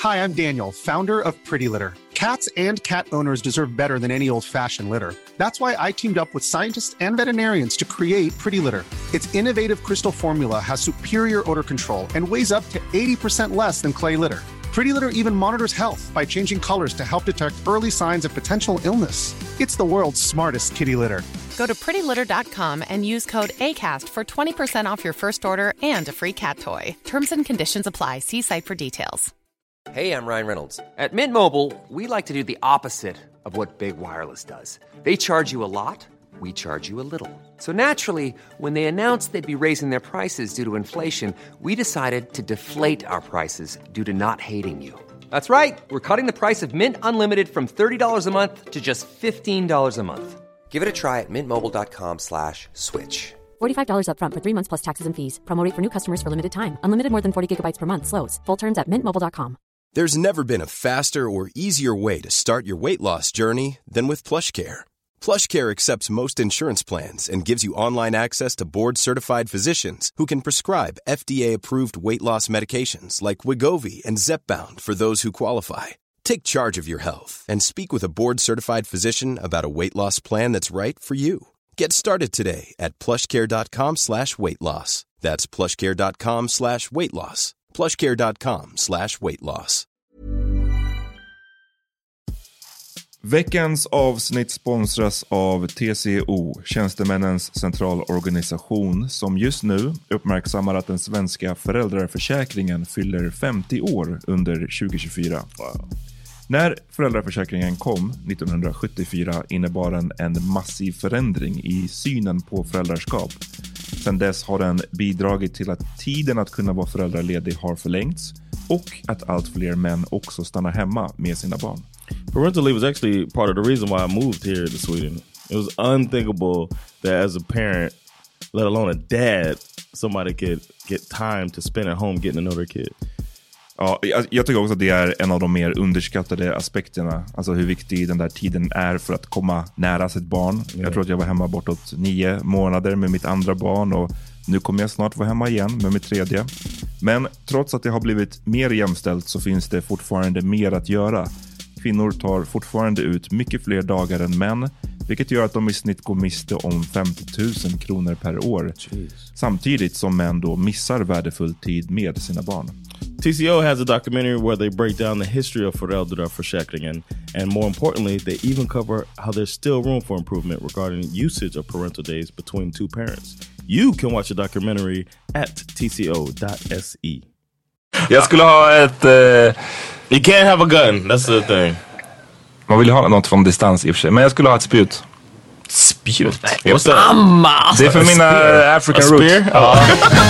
Hi, I'm Daniel, founder of Pretty Litter. Cats and cat owners deserve better than any old-fashioned litter. That's why I teamed up with scientists and veterinarians to create Pretty Litter. Its innovative crystal formula has superior odor control and weighs up to 80% less than clay litter. Pretty Litter even monitors health by changing colors to help detect early signs of potential illness. It's the world's smartest kitty litter. Go to prettylitter.com and use code ACAST for 20% off your first order and a free cat toy. Terms and conditions apply. See site for details. Hey, I'm Ryan Reynolds. At Mint Mobile, we like to do the opposite of what Big Wireless does. They charge you a lot, we charge you a little. So naturally, when they announced they'd be raising their prices due to inflation, we decided to deflate our prices due to not hating you. That's right. We're cutting the price of Mint Unlimited from $30 a month to just $15 a month. Give it a try at mintmobile.com/switch. $45 up front for 3 months plus taxes and fees. Promo rate for new customers for limited time. Unlimited more than 40 gigabytes per month. Slows full terms at mintmobile.com. There's never been a faster or easier way to start your weight loss journey than with PlushCare. PlushCare accepts most insurance plans and gives you online access to board-certified physicians who can prescribe FDA-approved weight loss medications like Wegovy and Zepbound for those who qualify. Take charge of your health and speak with a board-certified physician about a weight loss plan that's right for you. Get started today at plushcare.com/weightloss. That's plushcare.com/weightloss. plushcare.com/weightloss. Veckans avsnitt sponsras av TCO, Tjänstemännens centralorganisation, som just nu uppmärksammar att den svenska föräldraförsäkringen fyller 50 år under 2024. Wow. När föräldraförsäkringen kom 1974 innebar den en massiv förändring i synen på föräldraskap. Sedan dess har den bidragit till att tiden att kunna vara föräldraledig har förlängts och att allt fler män också stannar hemma med sina barn. Parental leave was actually part of the reason why I moved here to Sweden. It was unthinkable that as a parent, let alone a dad, somebody could get time to spend at home getting to know their kid. Ja, jag tycker också att det är en av de mer underskattade aspekterna. Alltså hur viktig den där tiden är för att komma nära sitt barn. Jag tror att jag var hemma bortåt 9 månader med mitt andra barn och nu kommer jag snart vara hemma igen med mitt tredje. Men trots att det har blivit mer jämställt så finns det fortfarande mer att göra. Kvinnor tar fortfarande ut mycket fler dagar än män, vilket gör att de i snitt går miste om 50 000 kronor per år. Jeez. Samtidigt som män då missar värdefull tid med sina barn. TCO has a documentary where they break down the history of föräldraförsäkringen, and more importantly, they even cover how there's still room for improvement regarding usage of parental days between two parents. You can watch the documentary at tco.se. Jag skulle ha ett... You can't have a gun, that's the thing. Man vill ha något från distans i och för sig, men jag skulle ha ett spjut. Spjut? What's that? Det är för mina African roots. Ja.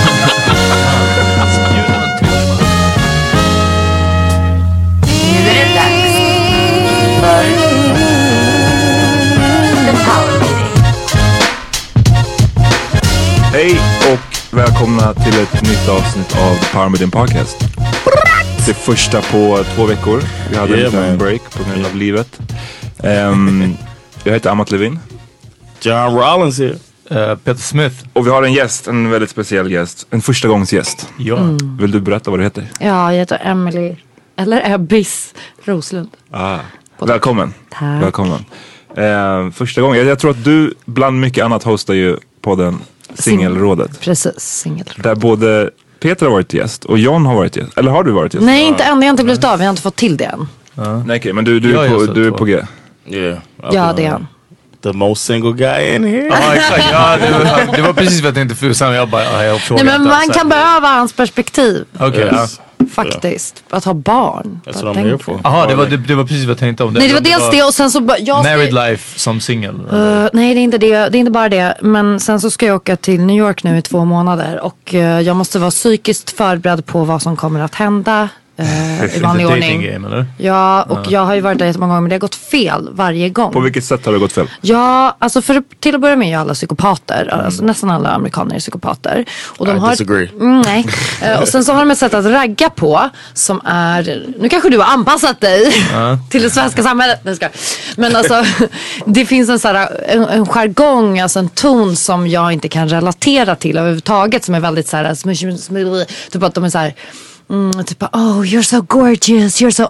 Hej och välkomna till ett nytt avsnitt av Power Meeting Podcast. Det första på 2 veckor. Vi hade en break på grund av livet. Jag heter Amat Levin. John Rollins här. Peter Smith. Och vi har en gäst, en väldigt speciell gäst. En första gångs gäst. Ja. Vill du berätta vad du heter? Ja, jag heter Emily. Eller Ebbis Roslund. Välkommen. Tack. Välkommen. Första gången. Jag tror att du bland mycket annat hostar ju på den Singelrådet. Precis, Singelrådet. Där både Peter har varit gäst och John har varit gäst. Eller har du varit gäst? Nej, inte än. Jag har inte blivit av. Jag har inte fått till det än. Nej, okej. Men du är på G. Yeah. Ja, det är han. The most single guy in here. Ja, exakt. Ja, det var precis vad jag tänkte för. Sen jag bara, nej, men man kan behöva hans perspektiv. Okej. Yes. Faktiskt. Att ha barn. That's what I'm here for. Jaha, det var precis vad jag tänkte om. Nej, det var dels det och sen så... Married life som singel. Nej, det är inte det. Det är inte bara det. Men sen så ska jag åka till New York nu i 2 månader. Och jag måste vara psykiskt förberedd på vad som kommer att hända. I vanlig ordning. Game, eller? Ja, och jag har ju varit där jättemånga gånger, men det har gått fel varje gång. På vilket sätt har det gått fel? Ja, alltså till att börja med är alla psykopater. Alltså nästan alla amerikaner är psykopater. Och de har disagree. Nej. Och sen så har de ett sätt att ragga på som är... Nu kanske du har anpassat dig till det svenska samhället. Men alltså, det finns en jargong, alltså en ton som jag inte kan relatera till överhuvudtaget, som är väldigt så här... Typ att de är så här... typ oh you're so gorgeous, you're so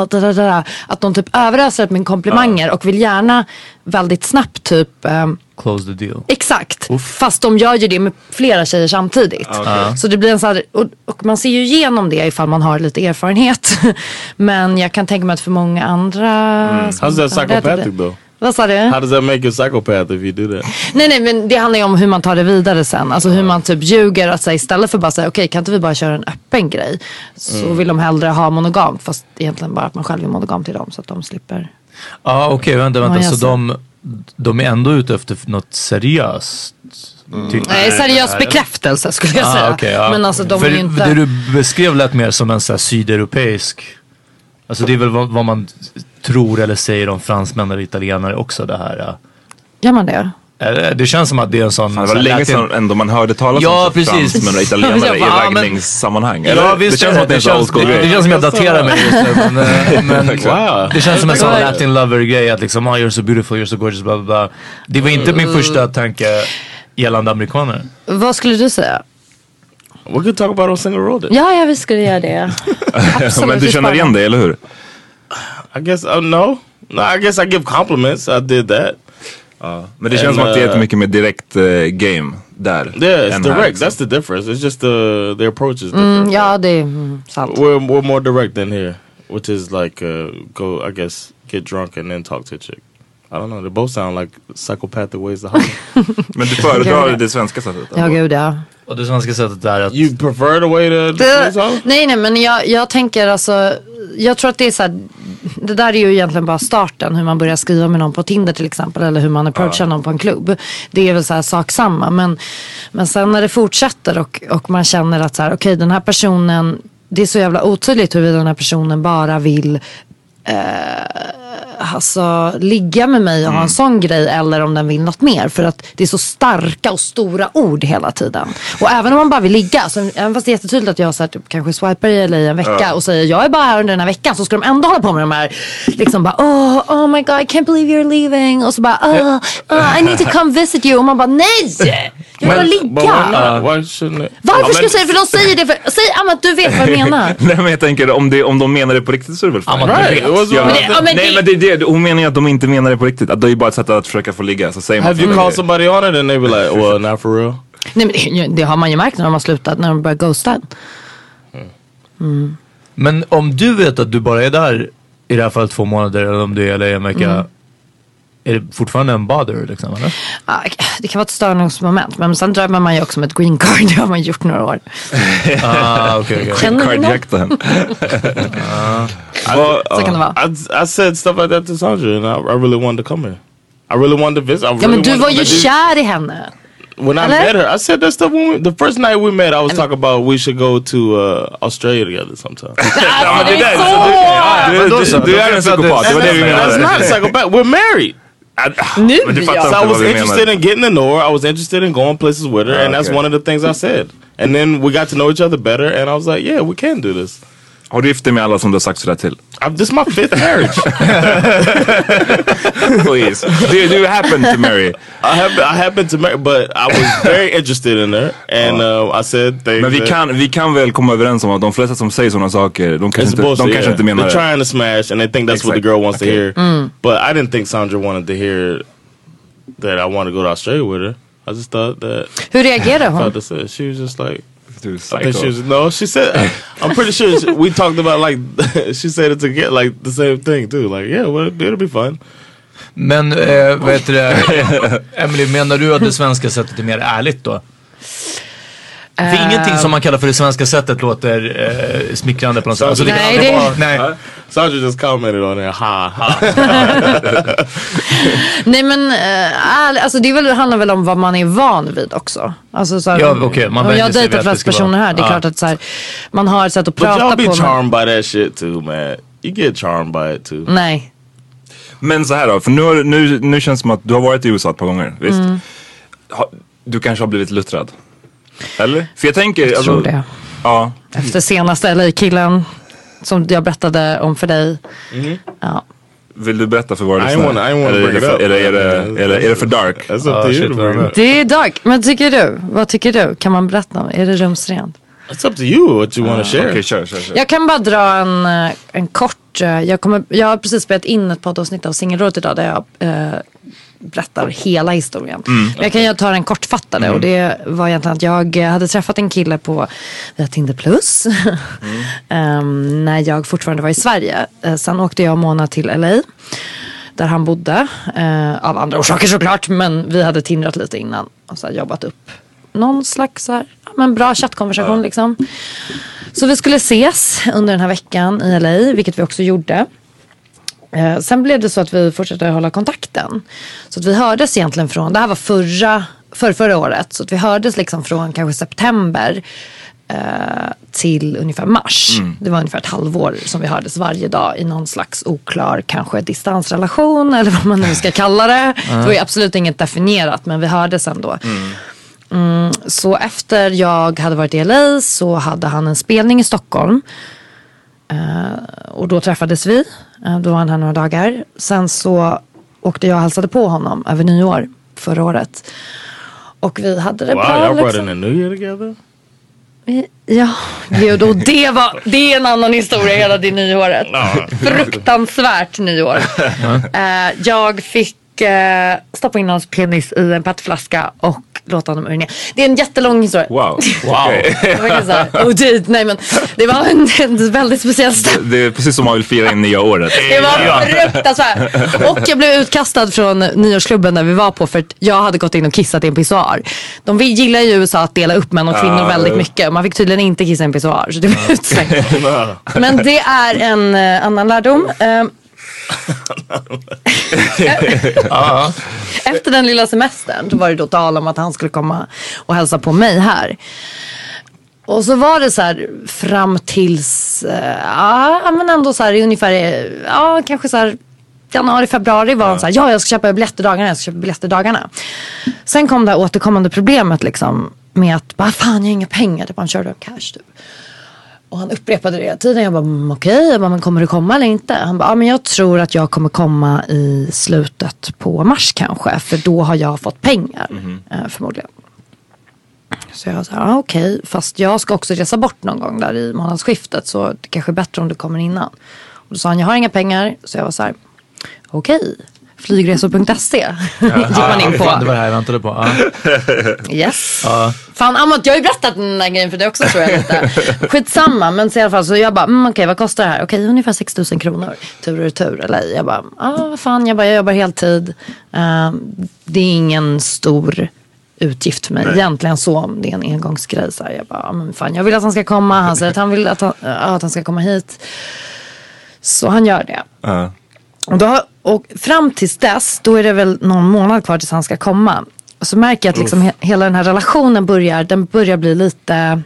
att de typ överöser med komplimanger och vill gärna väldigt snabbt typ close the deal. Exakt. Fast de gör ju det med flera tjejer samtidigt. Så det blir en så här, och man ser ju igenom det ifall man har lite erfarenhet. Men jag kan tänka mig att för många andra How's that psychopathic though? Vad sa du? How does that make you a psychopath if you do that? Nej, men det handlar ju om hur man tar det vidare sen. Alltså hur man typ ljuger att säga istället för bara säga okej, kan inte vi bara köra en öppen grej? Så vill de hellre ha monogamt. Fast egentligen bara att man själv är monogam till dem så att de slipper. Okej, vänta. Så de är ändå ute efter något seriöst. Nej, seriös bekräftelse skulle jag säga. Okay, men alltså de för är inte... det du beskrev lät mer som en så här sydeuropeisk. Alltså det är väl vad man tror eller säger om fransmän eller italienare också det här. Gör man det? Det känns som att det är en sån... Det var länge sedan ändå man hörde talas om fransmän och italienare i raggningssammanhang. Ja, visst, det känns som att det känns som jag daterar mig just nu. Men det känns som en sån Latin lover-grej att liksom, you're so beautiful, you're so gorgeous, bla bla bla. Det var inte min första tanke gällande amerikaner. Vad skulle du säga? We could talk about on single road. Ja, vi skulle göra det. Absolut. Men du känner igen det, eller hur? I guess, no, I guess I give compliments. I did that. Men det känns som att det är ett mycket mer direkt game där. Yeah, it's direct. That's the difference. It's just the approach is different. Ja, det är sant. We're more direct than here, which is like go, I guess, get drunk and then talk to a chick. I don't know, they both sound like psychopathic ways to hide. Men du föredrar det svenska sättet? Ja, gud ja. Och det svenska sättet är att... You prefer the way to... Nej, men jag tänker alltså... Jag tror att det är så här... Det där är ju egentligen bara starten. Hur man börjar skriva med någon på Tinder till exempel. Eller hur man approachar någon på en klubb. Det är väl så här sak samma. Men sen när det fortsätter och man känner att så här, okej, den här personen... Det är så jävla otydligt hur den här personen bara vill... alltså ligga med mig och ha en sån grej eller om den vill något mer, för att det är så starka och stora ord hela tiden. Och även om man bara vill ligga, så även fast det är jättetydligt att jag så här, typ, kanske swipar i LA en vecka och säger jag är bara här under den här veckan, så ska de ändå hålla på med de här liksom bara oh my god, I can't believe you're leaving, och så bara I need to come visit you, och man bara nej, jag vill ligga. Varför ska jag säga det? För de säger det för, säg att du vet vad jag menar. Nej, men jag tänker om de menar det på riktigt så är det väl fan. Nej, men det hon menar ju att de inte menar det på riktigt. Att det är bara ett sätt att försöka få ligga. Så säger man have you called somebody on it and they be like, well, not for real? Nej, men det har man ju märkt när de har slutat, när de börjar ghosta. Men om du vet att du bara är där i det här fallet 2 månader, eller om du är i en vecka, är det fortfarande en bother liksom, eller? Det kan vara ett störningsmoment, men sen drömmer man ju också med ett green card. Det har man gjort några år. Okay. Cardjakten. Så kan det vara. I said stuff like that to Sandra and I really wanted to come here. I really wanted to visit. Ja, men du var ju kär i henne. When I met her, I said that stuff the first night we met. I was talking about we should go to Australia together sometime. Du är en psykopat. Det var det vi menade. That's not a psychopath. We're married. So I was interested in getting to know her. I was interested in going places with her, and that's one of the things I said. And then we got to know each other better, and I was like, yeah, we can do this. Har du gift dig med alla som du har sagt sådär till? This is my 5th marriage. Please. Do you happen to marry? I happened to marry, but I was very interested in her. And I said things. Men vi kan väl komma överens om att de flesta som säger sådana saker, de kanske inte menar det. They're trying to smash and they think that's what the girl wants to hear. But I didn't think Sandra wanted to hear that I wanted to go to Australia with her. I just thought that... Hur reagerade hon? She was just like... she said, I'm pretty sure we talked about like, she said it to get like the same thing too. Like, yeah, well, it'll be fun. Men, vet du Emily, menar du att det svenska sättet är mer ärligt då? För ingenting som man kallar för det svenska sättet låter smickrande på något sätt. Alltså, nej. Sandra just commented on it. Ha. Nej, men alltså det handlar väl om vad man är van vid också. Alltså så här, om jag har dejtat flest personer här, det är klart att så här, man har ett sätt att prata på. But y'all be charmed by that shit too, man. You get charmed by it too. Nej. Men så här då, för nu känns det som att du har varit i USA ett par gånger, visst? Du kanske har blivit luttrad. Eller? För jag tänker... Jag tror det. Ja. Efter senaste LA-killen som jag berättade om för dig. Ja. Vill du berätta för våra lyssnare? Eller är det för dark? Det är dark. Men vad tycker du? Kan man berätta? Är det rumsrent? It's up to you what you want to share. Okay, kör. Jag kan bara dra en kort... Jag har precis spelat in ett poddavsnitt av Singelrådet idag där jag berättar hela historien. Men jag kan ju ta den kortfattade och det var egentligen att jag hade träffat en kille på Tinder Plus när jag fortfarande var i Sverige. Sen åkte jag en månad till LA där han bodde av andra orsaker såklart, men vi hade tindrat lite innan och så jobbat upp någon slags så här, men bra chattkonversation liksom. Så vi skulle ses under den här veckan i LA, vilket vi också gjorde. Sen blev det så att vi fortsatte hålla kontakten. Så att vi hördes egentligen från, det här var förra året, så att vi hördes liksom från kanske september till ungefär mars. Det var ungefär ett halvår som vi hördes varje dag i någon slags oklar kanske distansrelation eller vad man nu ska kalla det. Det var ju absolut inget definierat, men vi hördes ändå. Så efter jag hade varit i LA så hade han en spelning i Stockholm. Och då träffades vi. Då var han här några dagar. Sen så åkte jag och hälsade på honom över nyår förra året. Och vi hade det bra. Wow, y'all brought in a new year together? Ja, och det är en annan historia hela det nyåret. Fruktansvärt nyår. Jag fick stoppa in hans penis i en petflaska och låta honom urinera. Det är en jättelång historia. Wow. Nej, men det var en väldigt speciell stämning. Det är precis som man vill fira in nya året. Det var fruktansvärt. Och jag blev utkastad från nyårsklubben där vi var på för att jag hade gått in och kissat i en pissoar. De gillar ju i USA att dela upp män och kvinnor väldigt mycket. Man fick tydligen inte kissa i en pissoar, så det blev utslängt. Men det är en annan lärdom. Efter den lilla semestern då var det då tal om att han skulle komma och hälsa på mig här. Och så var det så här fram tills men ändå så här ungefär kanske så här januari, februari var han så här, jag ska köpa biljetterdagarna. Sen kom det här återkommande problemet liksom med att bara fan, jag har inga pengar, det bara körde cash typ. Och han upprepade det hela tiden. Jag bara, okej. Men kommer du komma eller inte? Han bara, men jag tror att jag kommer komma i slutet på mars kanske. För då har jag fått pengar. Förmodligen. Så jag sa, okej. Fast jag ska också resa bort någon gång där i månadsskiftet. Så det kanske är bättre om du kommer innan. Och då sa han, jag har inga pengar. Så jag var så här, okej. Flygresor.se gick man in på. Det var det här jag väntade på. Yes. Fan, Amat, jag har ju berättat den här grejen för det också, tror jag lite. Skitsamma, men så i alla fall så jag bara, okej, vad kostar det här? Okej, ungefär 6 000 kronor. Tur och retur, eller? Jag bara, fan, jag jobbar heltid. Det är ingen stor utgift för mig. Egentligen så, det är en engångsgrej. Så här. Jag bara, men fan, jag vill att han ska komma. Han säger att han vill att han ska komma hit. Så han gör det. Och fram tills dess, då är det väl någon månad kvar tills han ska komma. Och så märker jag att liksom hela den här relationen börjar bli lite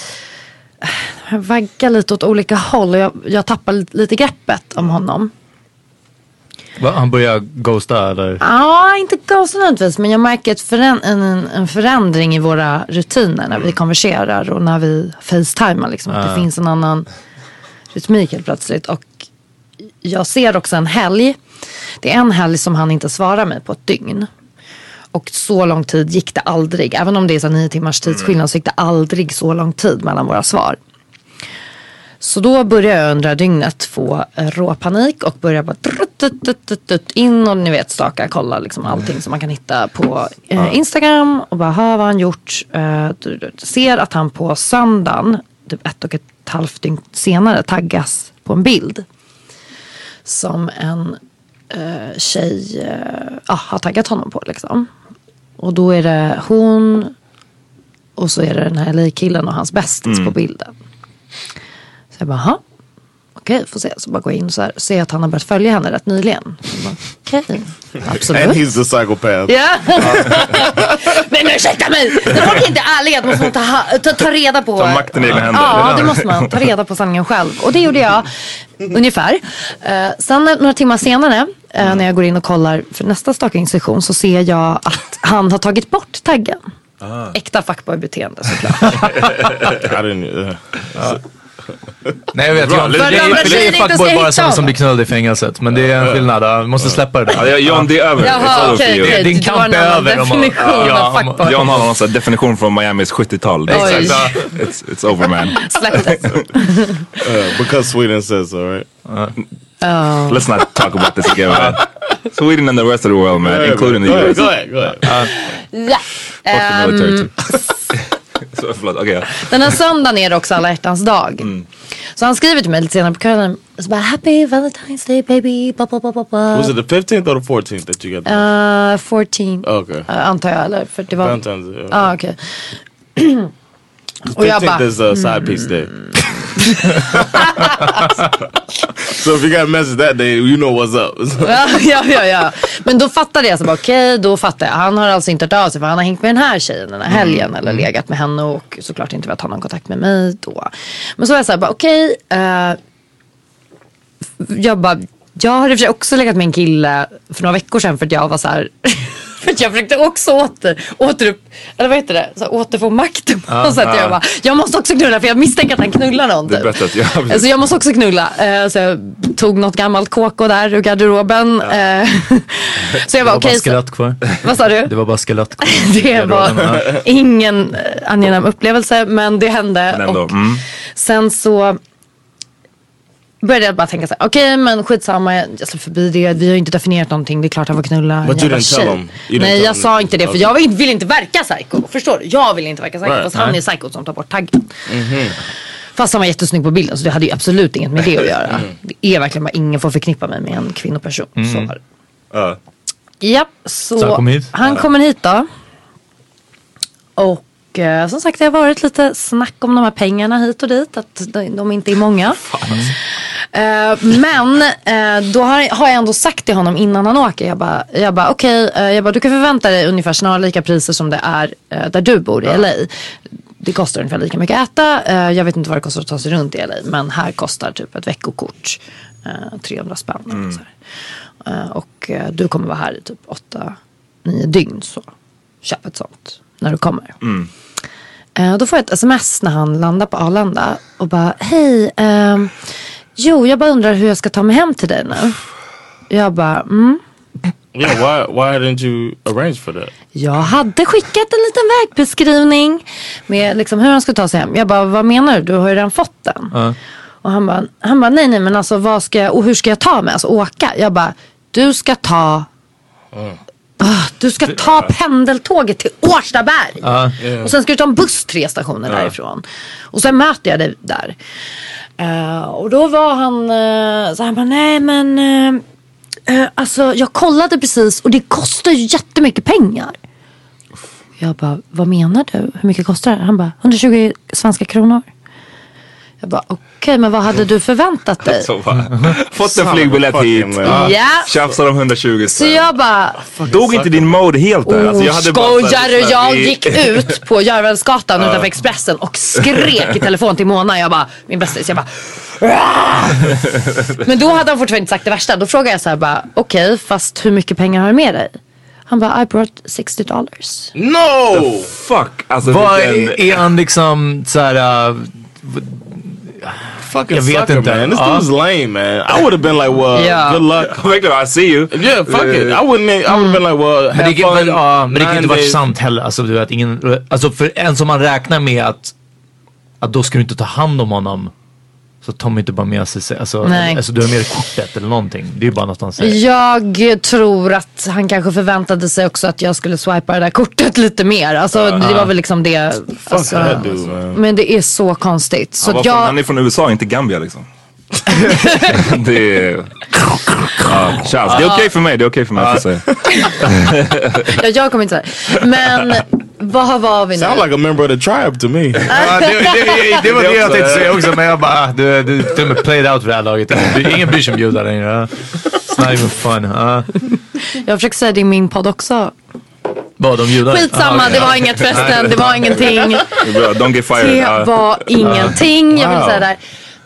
vagga lite åt olika håll. Och jag tappar lite greppet om honom. Han börjar ghosta eller? Ja, inte ghosta nödvändigtvis. Men jag märker en förändring i våra rutiner när vi konverserar och när vi facetimar liksom. Att det finns en annan rytmik helt plötsligt. Och jag ser också en helg. Det är en helg som han inte svarar mig på ett dygn. Och så lång tid gick det aldrig. Även om det är så 9 timmars tidsskillnad så gick det aldrig så lång tid mellan våra svar. Så då börjar jag under dygnet få råpanik och börjar bara in och ni vet staka, kolla liksom allting som man kan hitta på Instagram och bara, vad har han gjort? Ser att han på söndagen, typ 1,5 dygn senare, taggas på en bild som en tjej har taggat honom på liksom. Och då är det hon och så är det den här LA-killen och hans bästis på bilden. Så jag bara, okej, får se. Så bara gå in och så här, se att han har börjat följa henne rätt nyligen. Okej, absolut. And he's the psychopath. Ja. Men ursäkta mig, när folk är inte ärliga måste man ta reda på. Ta makten i egna händer. Ja, det måste man ta reda på sanningen själv. Och det gjorde jag ungefär. Sen några timmar senare när jag går in och kollar för nästa stalking-session så ser jag att han har tagit bort taggen. Äkta fuckboy-beteende såklart. Nej jag vet, det är fuckboy bara som blir knullad i fängelset. Men det är en skillnad, måste släppa det där. John, det är över. Jaha, okej. Din kamp är över. John har någon sån här definition från Miamis 70-tal. It's over, man. Släpp det. Because Sweden says so, right? Let's not talk about this again, man. Sweden and the rest of the world, man, including the US. Go ahead. Fuck the military too. Så, förlåt, okay. Den här söndagen är det också alla hjärtans dag. Så han skriver till mig lite senare på kvällen. Så bara, Happy Valentine's Day baby, blah, blah, blah, blah, blah. Was it the 15th or the 14th that you got? 14th. Okay. Antar jag, eller? För det var... Valentine's, okej. Och jag bara... 15th is a side piece day. So if you got a message that day, you know what's up. Ja. Men då fattade jag så bara, okej, då fattar jag. Han har alltså inte hört av sig för han har hängt med den här tjejen den här helgen eller legat med henne och såklart inte velat ha någon kontakt med mig då. Men så var jag så här, bara okej, jag har i och för sig också legat med en kille för några veckor sedan för att jag var så här för att jag försökte också återfå makten på något sätt. Jag måste också knulla för jag misstänker att han knullar någon. Det är bättre att alltså jag måste också knulla. Så jag tog något gammalt KK där ur garderoben. Så jag var okej. Skelett kvar. Vad sa du? Det var bara skelett kvar. Det var ingen angenäm upplevelse men det hände. Och sen så började jag bara tänka så här, okej, men skitsamma, jag släpper förbi det. Vi har inte definierat någonting, det är klart han var knulla. Nej, jag sa inte det för jag vill inte verka psycho. Förstår du? Jag vill inte verka psycho, fast han är psycho som tar bort taggen. Fast han var jättesnygg på bilden, så det hade ju absolut inget med det att göra. Det är verkligen bara, ingen får förknippa mig med en kvinnoperson. Så var det. Ja, så han kommer hit då. Och som sagt, det har varit lite snack om de här pengarna hit och dit, att de inte är många. Men då har jag ändå sagt till honom innan han åker. Jag bara okej, du kan förvänta dig ungefär snarlika priser som det är där du bor i LA. Det kostar ungefär lika mycket att äta. Jag vet inte vad det kostar att ta sig runt i LA, men här kostar typ ett veckokort 300 spänn. Och du kommer vara här i typ 8-9 dygn, så köp ett sånt när du kommer. Då får jag ett sms när han landar på Arlanda och bara, hej, jag bara undrar hur jag ska ta mig hem till dig nu. Jag bara, Yeah, why didn't you arrange for that? Jag hade skickat en liten vägbeskrivning med liksom hur han ska ta sig hem. Jag bara, vad menar du? Du har ju redan fått den. Och han bara, nej, men alltså vad ska jag, och hur ska jag ta mig? Alltså åka? Jag bara, du ska ta pendeltåget till Årstaberg. Och sen ska du ta en buss 3 stationer därifrån. Och sen möter jag dig där. Och då var han så han bara, nej men alltså jag kollade precis och det kostar ju jättemycket pengar. Jag bara, vad menar du? Hur mycket kostar det? Han bara, 120 svenska kronor. Jag bara, okej, men vad hade du förväntat dig? Fått en flygbiljett hit. Tjafsar om 120. Så jag bara, dog inte din mode helt där? Alltså, jag gick ut på Järvelsgatan utanför Expressen och skrek i telefon till Mona. Jag bara, min bästis, jag bara men då hade han fortfarande inte sagt det värsta. Då frågade jag så här bara, okej, fast hur mycket pengar har du med dig? Han bara, I brought $60. No! The fuck? Alltså, vad är han liksom så här... Fucking jag vet inte, man. This dude's lame, man. I would have been like, well, good luck. I see you. Yeah, fuck it. I would have been like, well, have fun. Men det kan inte vara sant heller. Alltså, du vet, alltså för en som man räknar med att då ska du inte ta hand om honom. Så tar man inte bara med sig, alltså du har med kortet eller någonting. Det är ju bara något han säger. Jag tror att han kanske förväntade sig också att jag skulle swipa det där kortet lite mer. Alltså det var väl liksom det. Alltså, men det är så konstigt. Så han är från USA, inte Gambia liksom. Det är... det är okej för mig, att säga. Jag kommer inte säga. Men vad var vi nu? Sound like a member of the tribe to me. Det var det jag tänkte säga också. Men jag bara, du till och med played out för det här laget. Ingen bryr sig om judar längre. It's not even fun. Jag försöker säga det i min podd också. Vad, de judar? Skitsamma, det var inget förresten. Det var ingenting. Don't get fired. Det var ingenting. Jag vill säga där.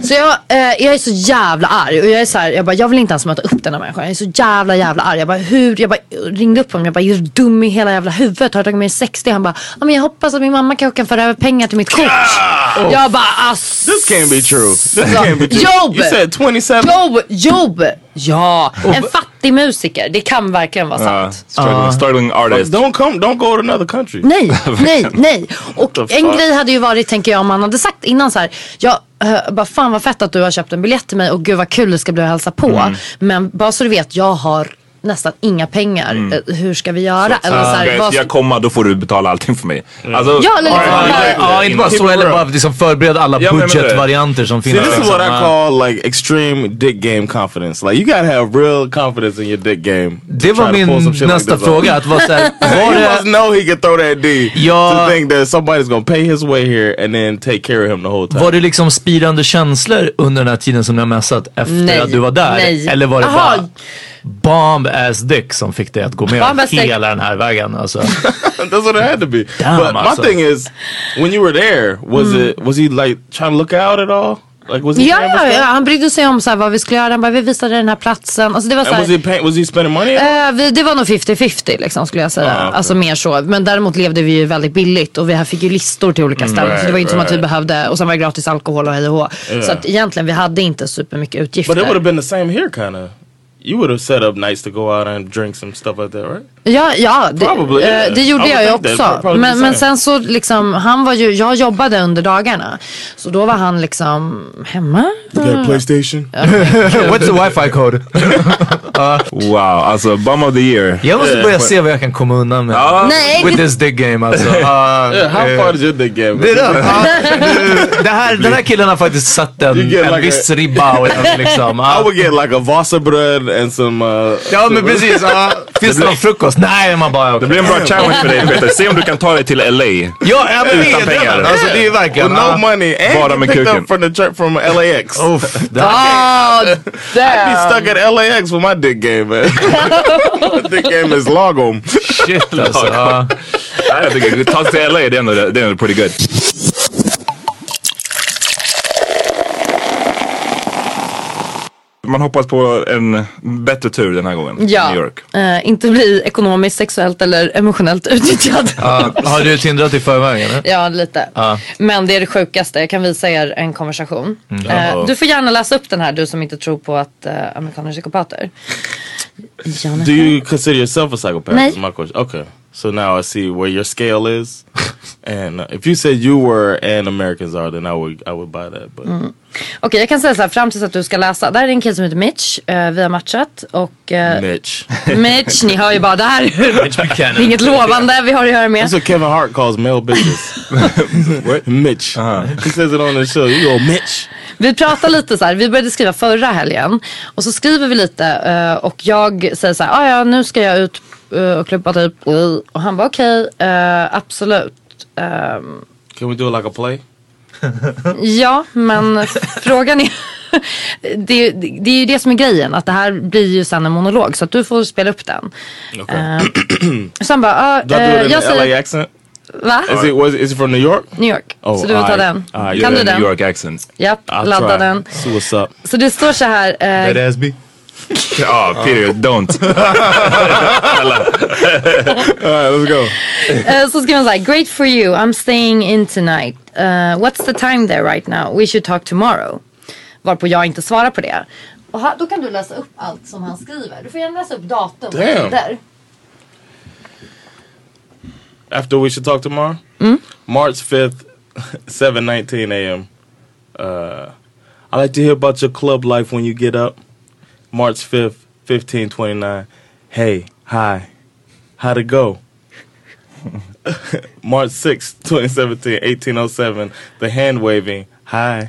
Så jag är så jävla arg. Och jag är så här, jag vill inte ens möta upp den här människan. Jag är så jävla arg. Jag bara ringde upp honom. Jag bara, är du dum i hela jävla huvudet? Har jag tagit med 60? Han bara, men jag hoppas att min mamma kan föra över pengar till mitt kort. Jag bara, this can't be true. This can't be true. Jobb! You said 27? Jobb! Ja, en fattig musiker. Det kan verkligen vara sant. Struggling artist. Don't go to another country. Nej. Och en grej hade ju varit, tänker jag, om man hade sagt innan så här, bara fan vad fett att du har köpt en biljett till mig och gud vad kul det ska bli att hälsa på. Men bara så du vet, jag har nästan inga pengar. Hur ska vi göra? Eller så här, jag kommer, då får du betala allting för mig. Alltså, inte bara så, eller bara liksom förbereda alla budgetvarianter som finns. See, this is what I call like extreme dick game confidence. Like you gotta have real confidence in your dick game. Det var min nästa fråga. Att vara så här, he must know he can throw that D. To think that somebody's gonna pay his way here and then take care of him the whole time. Var det liksom spirande känslor under den här tiden som ni har mässat efter att du var där? Nej. Eller var det bara bomb ass dick som fick dig att gå med hela den här vägen, alltså? That's what it had to be. But my thing is, when you were there, was he like trying to look out at all? Like, was he han brydde sig om så här, vad vi skulle göra. Han bara, vi visade den här platsen. Alltså, det var så här, was he spending money? Det var nog 50-50 liksom, skulle jag säga. Alltså mer så. Men däremot levde vi ju väldigt billigt. Och vi fick ju listor till olika ställen. Så det var inte som att vi behövde. Och sen var det gratis alkohol och hej och hå. Så att egentligen vi hade inte supermycket utgifter. But it would have been the same here kind of. You would have set up nights to go out and drink some stuff like that, right? Ja, det gjorde jag ju också. Men sen så liksom, han var ju, jag jobbade under dagarna. Så då var han liksom hemma. You got a PlayStation? What's the wifi code? Wow, alltså bum of the year. Jag måste börja se vad jag kan komma undan med. With this dick game, alltså. How far is your dick game? Den här killen har faktiskt satt en viss ribba och liksom. I would get like a Vasabröd and some ja, men precis. Finns det någon frukost? Nej, man bara det blir en bra challenge för dig, Peter. Se om du kan ta dig till LA. Ja, utan pengar. Alltså det är verkligen with no money and bara med kuken from LAX. Damn. I'd be stuck at LAX with my dick game, man. My dick game is lagom. Shit, alltså. Jag tycker ta till LA, det är ändå pretty good. Man hoppas på en bättre tur den här gången i New York. Inte bli ekonomiskt, sexuellt eller emotionellt utnyttjad. Har du tindrat i förväg, eller? Ja, lite. Men det är det sjukaste. Jag kan visa er en konversation. Du får gärna läsa upp den här, du som inte tror på att amerikaner är psykopater. Do you consider yourself a psychopath? Nej. My question. Okay. So now I see where your scale is. And if you said you were and Americans are, then I would buy that. But Okej, jag kan säga så här, fram tills att du ska läsa. Där är en kille som heter Mitch. Vi har matchat. Och, Mitch, ni hör ju bara det här. Det är inget lovande vi har att göra med. That's what Kevin Hart calls male bitches. What? Mitch. He says it on the show. You go Mitch. Vi pratar lite så här, vi började skriva förra helgen. Och så skriver vi lite. Och jag säger så här, ja nu ska jag ut och klippa typ. Och han bara okej, absolut. Can we do it like a play? Ja, men frågan är det är ju det som är grejen, att det här blir ju sen en monolog, så att du får spela upp den. Så han bara jag säger LA accent. Va? Is it from New York? New York. Så du vill ta den. Kan du den? New York accent. Japp, ladda den. See what's up. Så det står så här That ass be? Period, don't. Alright, let's go. Så ska man säga, great for you, I'm staying in tonight. What's the time there right now? We should talk tomorrow. Varpå jag inte svarar på det. Och här, då kan du läsa upp allt som han skriver. Du får gärna läsa upp datum. Där. After we should talk tomorrow? March 5th, 7:19 a.m. I like to hear about your club life when you get up. March 5th, 15:29. Hey, hi. How'd it go? March 6th, 2017, 18:07. The hand waving. Hi.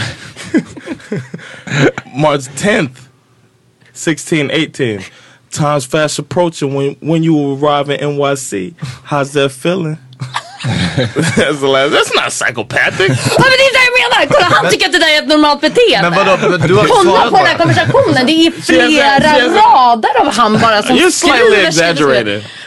March 10th, 16:18. Time's fast approaching when you arrive in NYC. How's that feeling? That's the last. That's not psychopathic. Ja, men det är det jag menar. Kolla, han tycker att det där är ett normalt beteende. Men vadå, du har kolla på den här konversationen. Det är flera rader av han bara som You're slightly exaggerated.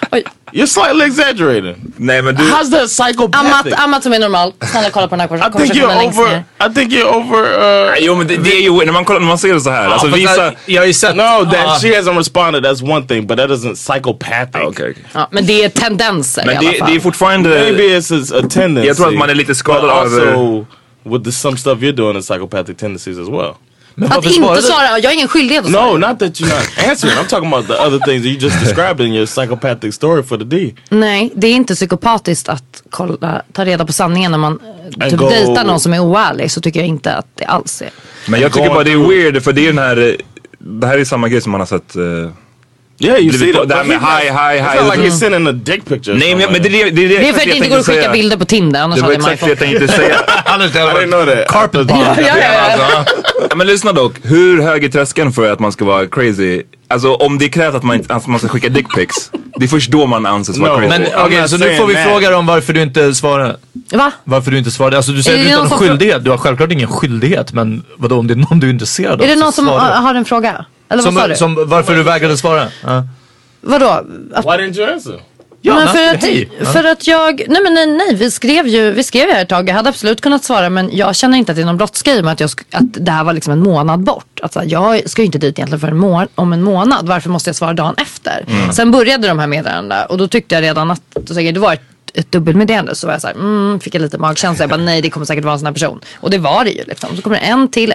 You're slightly exaggerating. Nej, men du... How's that psychopathic? Amat som är normal. Snälla kolla på den här I think you're over... Jo, men det är ju när man ser det så här. Alltså vissa... Jag har ju sett... No, that she hasn't responded, that's one thing. But that isn't psychopathic. Okay. Ja, men det är tendenser men i alla fall. Det är fortfarande... Maybe it's a tendency. Jag tror att man är lite skadad also, with some stuff you're doing is psychopathic tendencies as well. Att inte svara, jag har ingen skyldighet att svara. No, not that you're not answering. I'm talking about the other things you just described in your psychopathic story for the D. Nej, det är inte psykopatiskt att ta reda på sanningen när man typ dejtar någon som är oärlig, så tycker jag inte att det alls är. Men jag tycker bara det är weird, för det är den här... Det här är samma grej som man har sett... Yeah, you see that med hi. It's not like you're sending a dick picture. Nej, men det är för att det inte går att skicka bilder på Tinder. Annars det var exakt det jag tänkte säga. I didn't know that. Carpet bomb. Ja, men lyssna dock. Hur hög är tröskeln för att man ska vara crazy? Alltså om det krävs att man ska skicka dickpics, det är först då man anses vara crazy. Men okej, så nu får vi fråga om varför du inte svarar. Va? Varför du inte svarade? Alltså du säger att du inte har någon skyldighet. Du har självquart ingen skyldighet. Men vadå, om det är någon du är intresserad av? Är det någon som har en fråga? Eller vad sa du? Som varför du vägrade svara? Vadå? Why didn't you answer? Ja, men för att jag... Nej, vi skrev ju här ett tag. Jag hade absolut kunnat svara, men jag känner inte att det är någon brottsgrej med att det här var liksom en månad bort. Alltså, jag ska ju inte dit egentligen för om en månad. Varför måste jag svara dagen efter? Sen började de här meddelandena och då tyckte jag redan att det var ett dubbelmeddelande, så var jag såhär, fick jag lite magkänsla. Jag bara, nej, det kommer säkert vara en sån här person. Och det var det ju liksom. Så kommer det en till.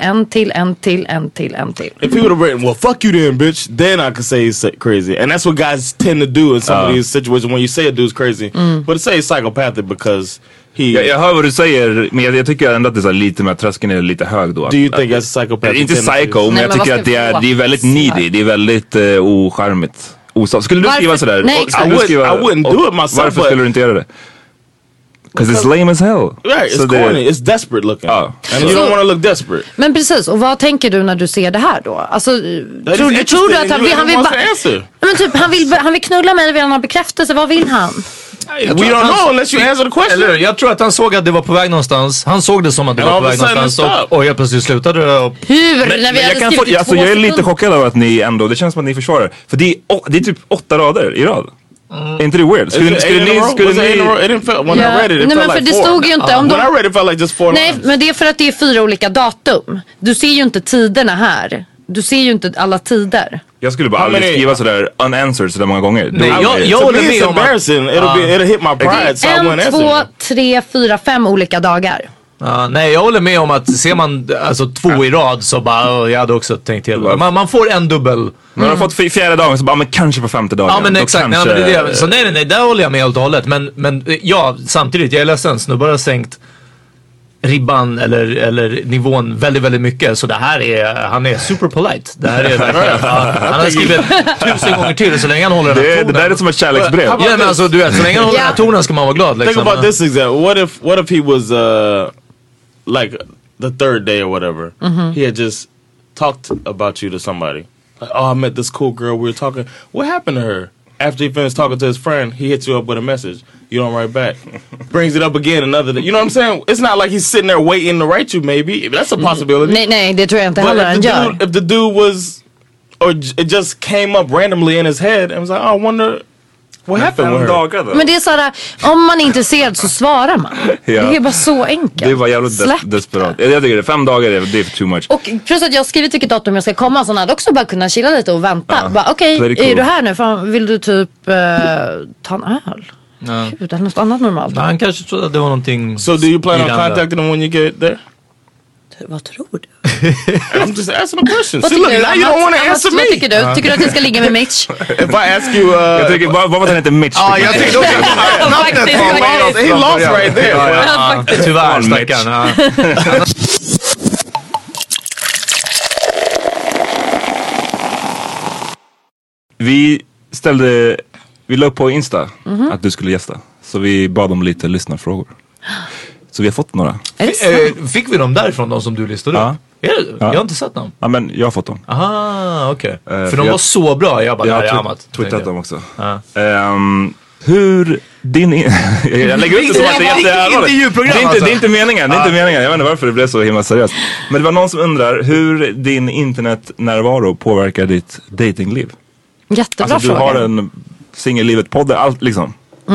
If he would have written, well, fuck you then, bitch, then I could say he's crazy. And that's what guys tend to do in some of these situations when you say a dude's crazy. But to say he's psychopathic because jag hör vad du säger, men jag tycker ändå att det är lite med tröskeln är lite hög då. Do you think that's psychopathic? Inte psycho, men jag tycker att det är väldigt needy. Det är väldigt ocharmigt. Skulle du skriva sådär? Nej, I wouldn't do it myself. Varför skulle du inte göra det? Because it's lame as hell. Right, it's corny, it's desperate looking. And you don't want to look desperate. Men precis, och vad tänker du när du ser det här då? Alltså, tror du att han vill men typ, han vill knulla mig, vill han ha bekräftelse? Vad vill han? We don't know unless you answer the question. Eller, jag tror att han såg att det var på väg någonstans. Han såg det som att det var på väg någonstans och helt plötsligt slutade det. Hur? När vi hade skrivit alltså, jag är lite chockad av att ni ändå, det känns som att ni försvarar. För det är typ 8 rader i rad. Är inte det weird? Skulle ni... Nej, men för det stod ju inte om Nej, men det är för att det är 4 olika datum. Du ser ju inte tiderna här. Du ser ju inte alla tider. Jag skulle bara aldrig skriva sådär unanswered sådär många gånger. Nej, jag håller med om att... It'll hit my pride, so I won't answer. 1, 2, 3, 4, 5 olika dagar. Nej, jag håller med om att ser man alltså 2 i rad så bara, jag hade också tänkt till. Man får en dubbel. Man har fått 4:e dagen så bara, men kanske på 5:e dagen. Ja, men exakt. Nej, men det är det. Så nej, där håller jag med helt och hållet. Men ja, samtidigt, jag är ledsen. Snubbar har sänkt ribban eller nivån väldigt, väldigt mycket. Så det här är, han är super polite. Det här är han har skrivit 1000 gånger till så länge han håller den här tonen. Det där är som ett kärleksbrev. Ja, men alltså du vet, så länge han håller den här tonen ska man vara glad liksom. Think about this example. What if he was like the 3rd day or whatever. He had just talked about you to somebody. Like, oh, I met this cool girl, we were talking. What happened to her? After he finished talking to his friend, he hits you up with a message. You don't write back. Brings it up again another day. You know what I'm saying? It's not like he's sitting there waiting to write you, maybe. That's a possibility. Nej, det tror jag inte heller han gör. If the dude was, or it just came up randomly in his head and was like, oh, I wonder what happened with her. Men det är såhär, om man är intresserad så svarar man. Det är bara så enkelt. Det var jävligt desperat. Jag tycker det, 5 dagar är för too much. Och plus att jag skrivit vilket datum jag ska komma, så han hade också bara kunnat chilla lite och vänta. Okej, är du här nu? Fan, vill du typ ta en öl? Gud, eller något annat normalt. Han kanske trodde att det var någonting. So do you plan on contacting him when you get there? Vad tror du? I'm just asking a question. See, look, now you don't want to answer me. Vad tycker du? Tycker du att jag ska ligga med Mitch? If I ask you... jag tycker, vad var han heter Mitch? Ja, jag tycker he lost right there. Tyvärr, stackarn. Vi la upp på Insta att du skulle gästa. Så vi bad om lite lyssnarfrågor. Så vi har fått några. Fick vi dem därifrån, de som du listade upp? Ja. Jag har inte sett dem. Ja, men jag har fått dem. Aha, okej. För de var så bra. Jag har twittrat dem också. Hur din... jag lägger ut det som att det är jätteallvarligt. Det är inte meningen. Jag vet inte varför det blev så himla seriöst. Men det var någon som undrar hur din internetnärvaro påverkar ditt datingliv. Jättebra alltså, du fråga. har en singellivet, podden, allt liksom?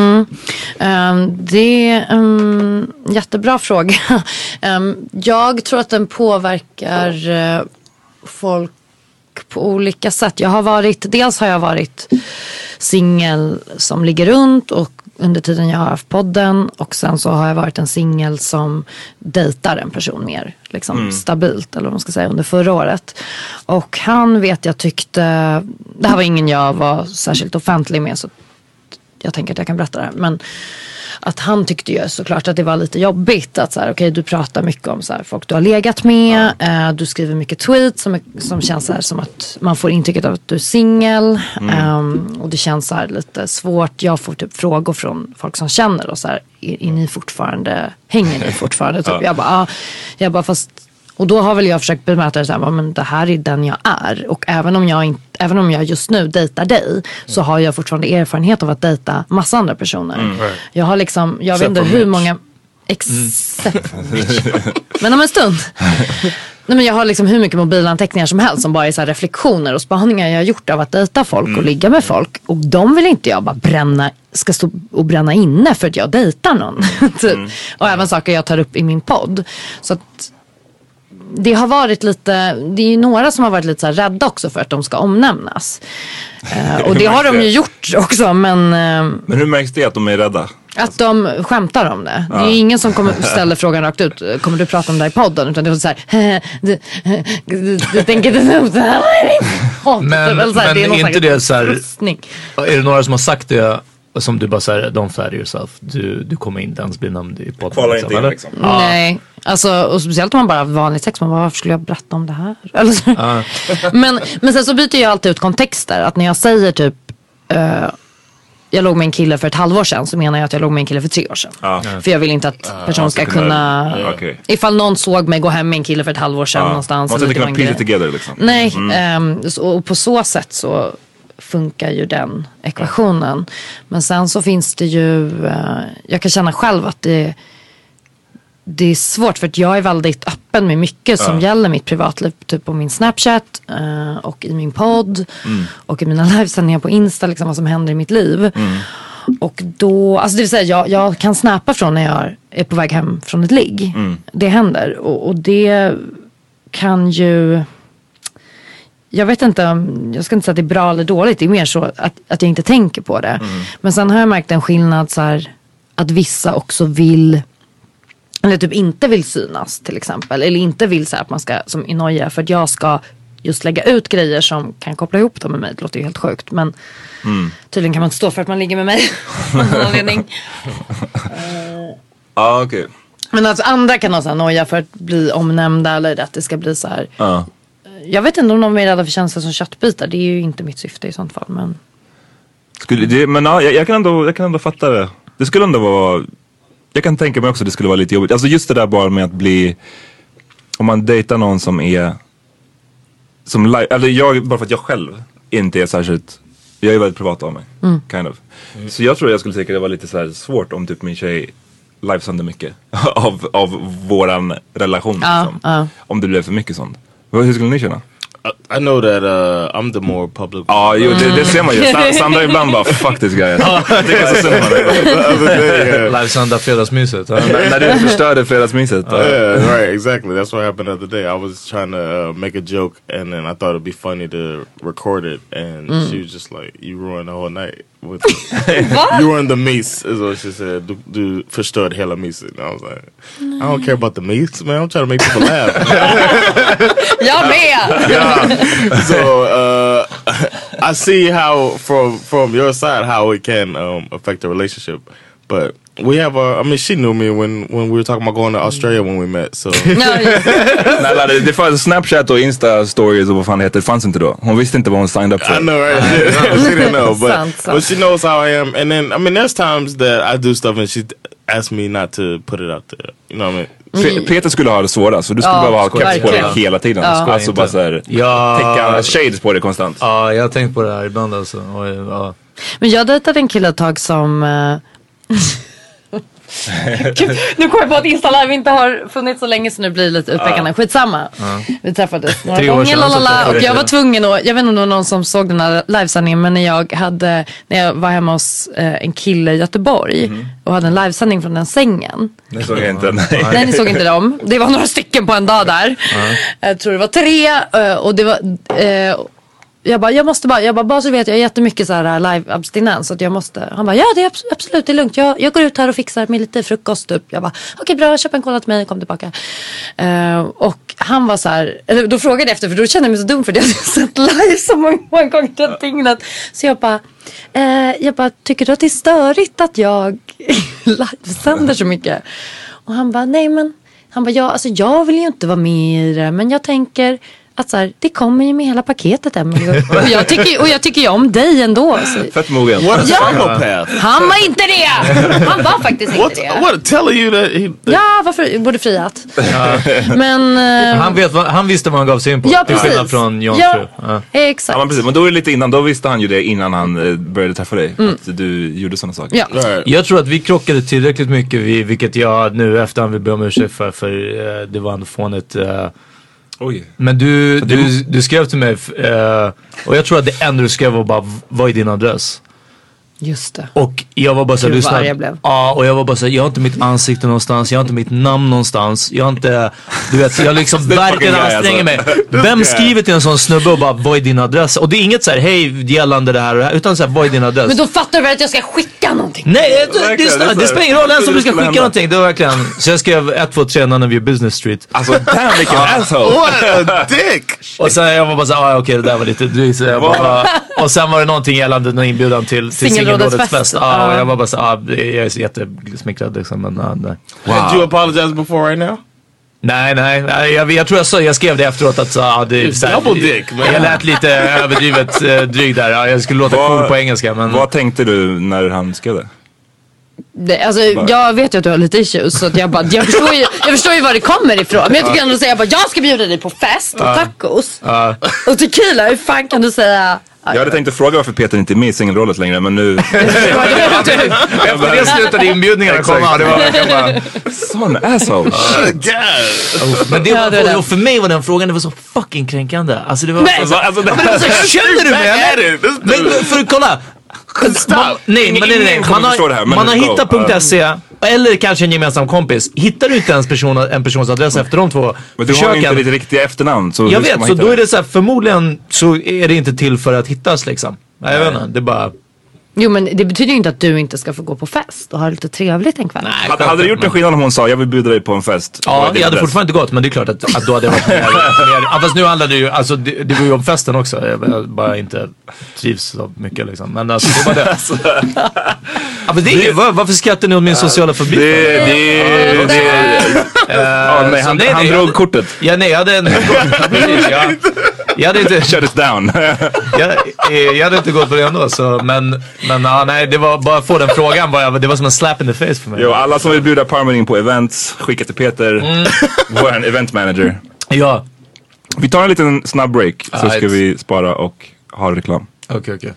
Det är en jättebra fråga. Jag tror att den påverkar folk på olika sätt. Dels har jag varit singel som ligger runt och under tiden jag har haft podden, och sen så har jag varit en singel som dejtar en person mer liksom stabilt, eller vad man ska säga, under förra året. Och han vet jag tyckte, det här var ingen jag var särskilt offentlig med, så jag tänker att jag kan berätta det här, men att han tyckte ju såklart att det var lite jobbigt att så här, okej, du pratar mycket om så här, folk du har legat med, du skriver mycket tweets som känns så här, som att man får intrycket av att du är singel, och det känns så här lite svårt. Jag får typ frågor från folk som känner och så här, hänger ni fortfarande typ. Jag bara fast, och då har väl jag försökt bemöta det så här, men det här är den jag är, och även om jag just nu dejtar dig, så har jag fortfarande erfarenhet av att dejta massa andra personer. Jag har liksom, jag vet inte hur många men om en stund. Nej, men jag har liksom hur mycket mobilanteckningar som helst som bara är så här reflektioner och spaningar jag har gjort av att dejta folk och ligga med folk, och de vill inte jag bara ska stå och bränna inne för att jag dejtar någon. Typ. Och även saker jag tar upp i min podd. Så att det har varit lite, det är ju några som har varit lite så här rädda också för att de ska omnämnas. Och det har de ju gjort också, men hur märks det att de är rädda? Att de skämtar om det. Det är ingen som ställer frågan rakt ut, kommer du prata om det i podden? Utan det är så här, du tänker inte upp det här. Men är inte det så här, är det några som har sagt det som du bara säger, don't flatter yourself, du kommer inte ens bli nämnd i podden liksom. Nej, alltså, och speciellt om man bara har vanligt sex, man bara, varför skulle jag berätta om det här? Eller så. Men sen så byter jag alltid ut kontexter, att när jag säger typ jag låg med en kille för ett halvår sedan, så menar jag att jag låg med en kille för 3 år sedan. För jag vill inte att personen ska kunna ifall någon såg mig gå hem med en kille för ett halvår sedan någonstans. Man ska inte kunna piece together liksom. Nej, och på så sätt så funkar ju den ekvationen. Men sen så finns det ju jag kan känna själv att det är svårt, för att jag är väldigt öppen med mycket som gäller mitt privatliv, typ på min Snapchat och i min podd och i mina livesändningar på Insta, liksom vad som händer i mitt liv. Och då, alltså det vill säga jag kan snappa från när jag är på väg hem från ett ligg. Det händer, och det kan ju, jag vet inte, jag ska inte säga att det är bra eller dåligt, det är mer så att jag inte tänker på det. Men sen har jag märkt en skillnad så här, att vissa också vill, eller typ inte vill synas till exempel, eller inte vill så här att man ska, som i Noja, för att jag ska just lägga ut grejer som kan koppla ihop dem med mig. Det låter ju helt sjukt, men tydligen kan man inte stå för att man ligger med mig av någon anledning. Okej. Men alltså andra kan ha så här Noja för att bli omnämnda, eller att det ska bli så här. Jag vet inte om de är rädda för känslor som köttbitar. Det är ju inte mitt syfte i sånt fall, men jag kan ändå fatta det. Det skulle ändå vara, jag kan tänka mig också att det skulle vara lite jobbigt. Alltså just det där bara med att bli, om man dejtar någon som är eller jag, bara för att jag själv inte är särskilt, jag är väldigt privat av mig, kind of. Så jag tror jag skulle tycka det var lite så här svårt om typ min tjej livesänder mycket av våran relation liksom. Om det blev för mycket sånt. Hur skulle ni känna? I know that I'm the more public. Det ser man ju. Sandra ibland bara, fuck this guy. Det är så synd man. Livesända fredagsmyset. När du förstörde fredagsmyset. Right, exactly. That's what happened the other day. I was trying to make a joke, and then I thought it'd be funny to record it, and she was just like, you ruined the whole night. You ruined the mys, is what she said. Du förstörde hela myset. And I was like, I don't care about the mys, man. I'm trying to make people laugh. Jag med! So I see how from your side how it can affect a relationship, but we have I mean, she knew me when we were talking about going to Australia when we met, so det fanns Snapchat och Insta stories och vad fan det heter, det fanns inte då. Hon visste inte vad hon signed up for. I know, right? She didn't know, but she knows how I am. And then I mean, there's times that I do stuff and she asks me not to put it out there. You know what I mean? Peter skulle ha det svåra, så du skulle behöva ha keps på dig hela tiden. Alltså bara såhär, täcka shades på dig konstant. Ja, jag har tänkt på det här ibland alltså. Men jag dejtade en kille ett tag som Nu kommer jag på att Insta-live inte har funnits så länge så nu blir det lite utpekande. Skitsamma. Vi träffades några gånger och jag var tvungen att, jag vet inte om det var någon som såg den här livesändningen, men när jag var hemma hos en kille i Göteborg och hade en livesändning från den sängen. Det såg jag inte. Nej, ni såg inte dem. Det var några stycken på en dag där. Jag tror det var 3 och det var jag måste bara så vet jag jättemycket så här live abstinens så att jag måste. Han bara, ja det är absolut, det är lugnt. Jag går ut här och fixar med lite frukost typ. Jag bara, okej, bra, köp en cola till mig och kom tillbaka. Och han var så här, eller då frågade jag efter, för då kände jag mig så dum för det. Jag hade sett live så många gånger den dygnet. Så jag bara, tycker du att det är störigt att jag livesänder så mycket? Och han bara, nej men, han bara, jag vill ju inte vara med i det, men jag tänker att så här, det kommer ju med hela paketet, Emily. Och jag tycker ju om dig ändå. Fett mogen. What a psychopath. Han var inte det. Han var faktiskt inte det. What telling you that Ja, varför borde friat. Men han visste vad han gav sig in på. Ja, till skillnad från John. Ja, exakt. Ja, men precis. Men då är det lite innan, då visste han ju det innan han började träffa dig. Att du gjorde sådana saker. Ja. Jag tror att vi krockade tillräckligt mycket, vilket jag nu efterhand vill be om ursäkt för det var ändå fånigt. Oj. Men du skrev till mig och jag tror att det enda du skrev var bara, vad är din adress? Just det. Och jag var bara så lyssnade. Ja, och jag var bara så jag har inte mitt ansikte någonstans, jag har inte mitt namn någonstans, jag har inte, du vet, jag liksom verkligen anstränger mig. Vem skriver till en sån snubbe och bara, vad är din adress? Och det är inget så här, hej, gällande det här och det här, utan så här, vad är din adress? Men då fattar du väl att jag ska skicka någonting? Nej, det spelar ingen roll ens om du ska skicka någonting. Det var verkligen, så jag skrev 1, 2, 3 None of your business street. Alltså, damn, vilken asshole. What a dick. Och sen jag var bara så okej, det där var lite drygt, så jag bara, och sen var det någonting gällande någon inbjudan till Singelrådets fest. Ja, och jag var bara så jag är så jättesmickrad liksom, men nej. Wow. Did you apologize before right now? Nej, jag tror jag skrev det efteråt att jag lät lite överdrivet dryg där. Ja, jag skulle låta cool på engelska, men vad tänkte du när han skrev det? Alltså, jag vet ju att du har lite issues, så att jag förstår ju var det kommer ifrån. Men jag tycker ändå säga jag ska bjuda dig på fest och tacos och tequila. Hur fan kan du säga? Jag hade tänkt att fråga varför Peter inte är med i Singelrådet längre, men nu efter det slutade inbjudningarna komma. Det var verkligen bara sån asshole. Men det var för mig var den frågan, det var så fucking kränkande. Alltså det var känner du mig? Men för kolla. Nej. Man har hittat.se eller kanske en gemensam kompis. Hittar du inte ens en persons adress efter de 2 men du försöken. har inte ditt riktiga efternamn, så jag vet, så då är det så här, förmodligen så är det inte till för att hittas liksom. Nej, jag vet inte, det är bara. Jo, men det betyder ju inte att du inte ska få gå på fest och ha lite trevligt en kväll. Nej, hade du gjort en skillnad om hon sa, jag vill bjuda dig på en fest? Ja, jag hade fortfarande inte gått, men det är klart att då hade jag varit mer. Fast nu handlade det ju, alltså det var ju om festen också. Jag bara inte trivs så mycket liksom. Men alltså det var det. Men det är, varför skrattar ni åt min sociala fobi? Han drog kortet. Ja, nej, jag hade inte shut it down. jag hade inte gått på det ändå, så men nej, det var bara få den frågan det var som en slap in the face för mig. Jo, alla som vill bjuda Parma in på events, skicka till Peter, vår event manager. Ja. Vi tar en liten snabb break, så ska vi spara och ha reklam. Okej.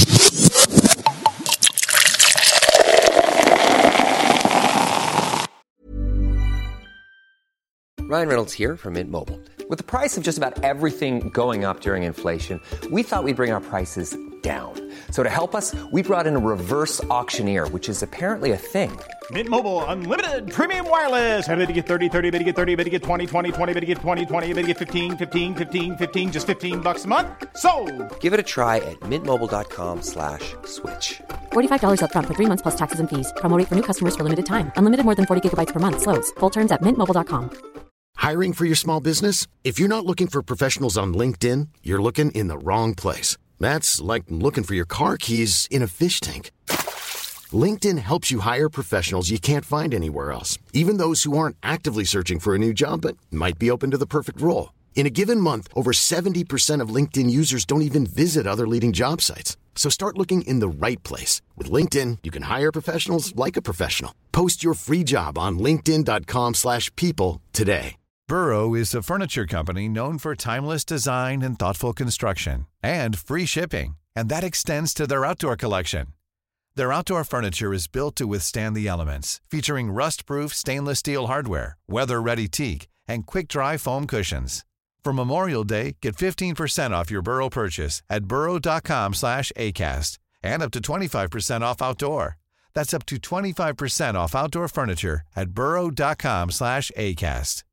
Ryan Reynolds here from Mint Mobile. With the price of just about everything going up during inflation, we thought we'd bring our prices down. So to help us, we brought in a reverse auctioneer, which is apparently a thing. Mint Mobile Unlimited Premium Wireless. How to get 30, 30, bit to get 30, bit to get 20, 20, 20, bit to get 20, 20, bit to get 15, 15, 15, 15, just $15 a month? Sold! Give it a try at mintmobile.com/switch. $45 up front for 3 months plus taxes and fees. Promo rate for new customers for limited time. Unlimited more than 40 gigabytes per month. Slows full terms at mintmobile.com. Hiring for your small business? If you're not looking for professionals on LinkedIn, you're looking in the wrong place. That's like looking for your car keys in a fish tank. LinkedIn helps you hire professionals you can't find anywhere else, even those who aren't actively searching for a new job but might be open to the perfect role. In a given month, over 70% of LinkedIn users don't even visit other leading job sites. So start looking in the right place. With LinkedIn, you can hire professionals like a professional. Post your free job on linkedin.com/people today. Burrow is a furniture company known for timeless design and thoughtful construction and free shipping. And that extends to their outdoor collection. Their outdoor furniture is built to withstand the elements, featuring rust-proof stainless steel hardware, weather-ready teak, and quick-dry foam cushions. For Memorial Day, get 15% off your Burrow purchase at burrow.com/acast, and up to 25% off outdoor. That's up to 25% off outdoor furniture at burrow.com/acast.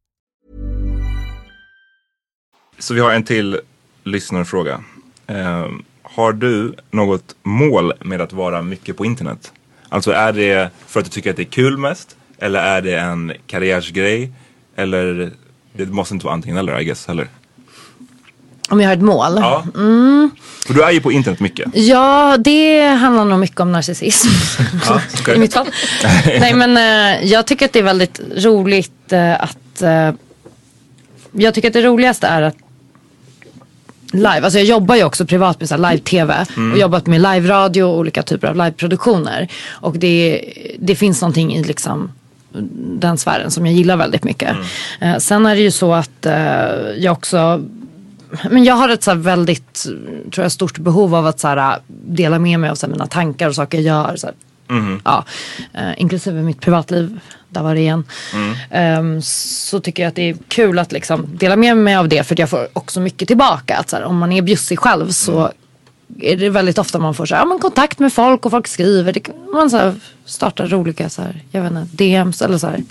Så vi har en till lyssnarfråga. Har du något mål med att vara mycket på internet? Alltså är det för att du tycker att det är kul mest? Eller är det en karriärsgrej? Eller det måste inte vara antingen eller, I guess, heller. Om jag har ett mål? Ja. För du är ju på internet mycket. Ja, det handlar nog mycket om narcissism. Ja, okay. I mitt fall. Nej, men jag tycker att det är väldigt roligt att... jag tycker att det roligaste är att live, alltså jag jobbar ju också privat med så här live-tv och jobbat med live-radio och olika typer av live-produktioner. Och det finns någonting i liksom den sfären som jag gillar väldigt mycket. Sen är det ju så att jag också... Men jag har ett så här väldigt, tror jag, stort behov av att så här, dela med mig av så här, mina tankar och saker jag gör. Så här. Ja, inklusive mitt privatliv. Där var det igen. Så tycker jag att det är kul att liksom dela med mig av det. För att jag får också mycket tillbaka. Att så här, om man är bjussig själv så är det väldigt ofta man får så här, men kontakt med folk och folk skriver. Man så här, startar olika så här, jag vet inte, DMs eller så här.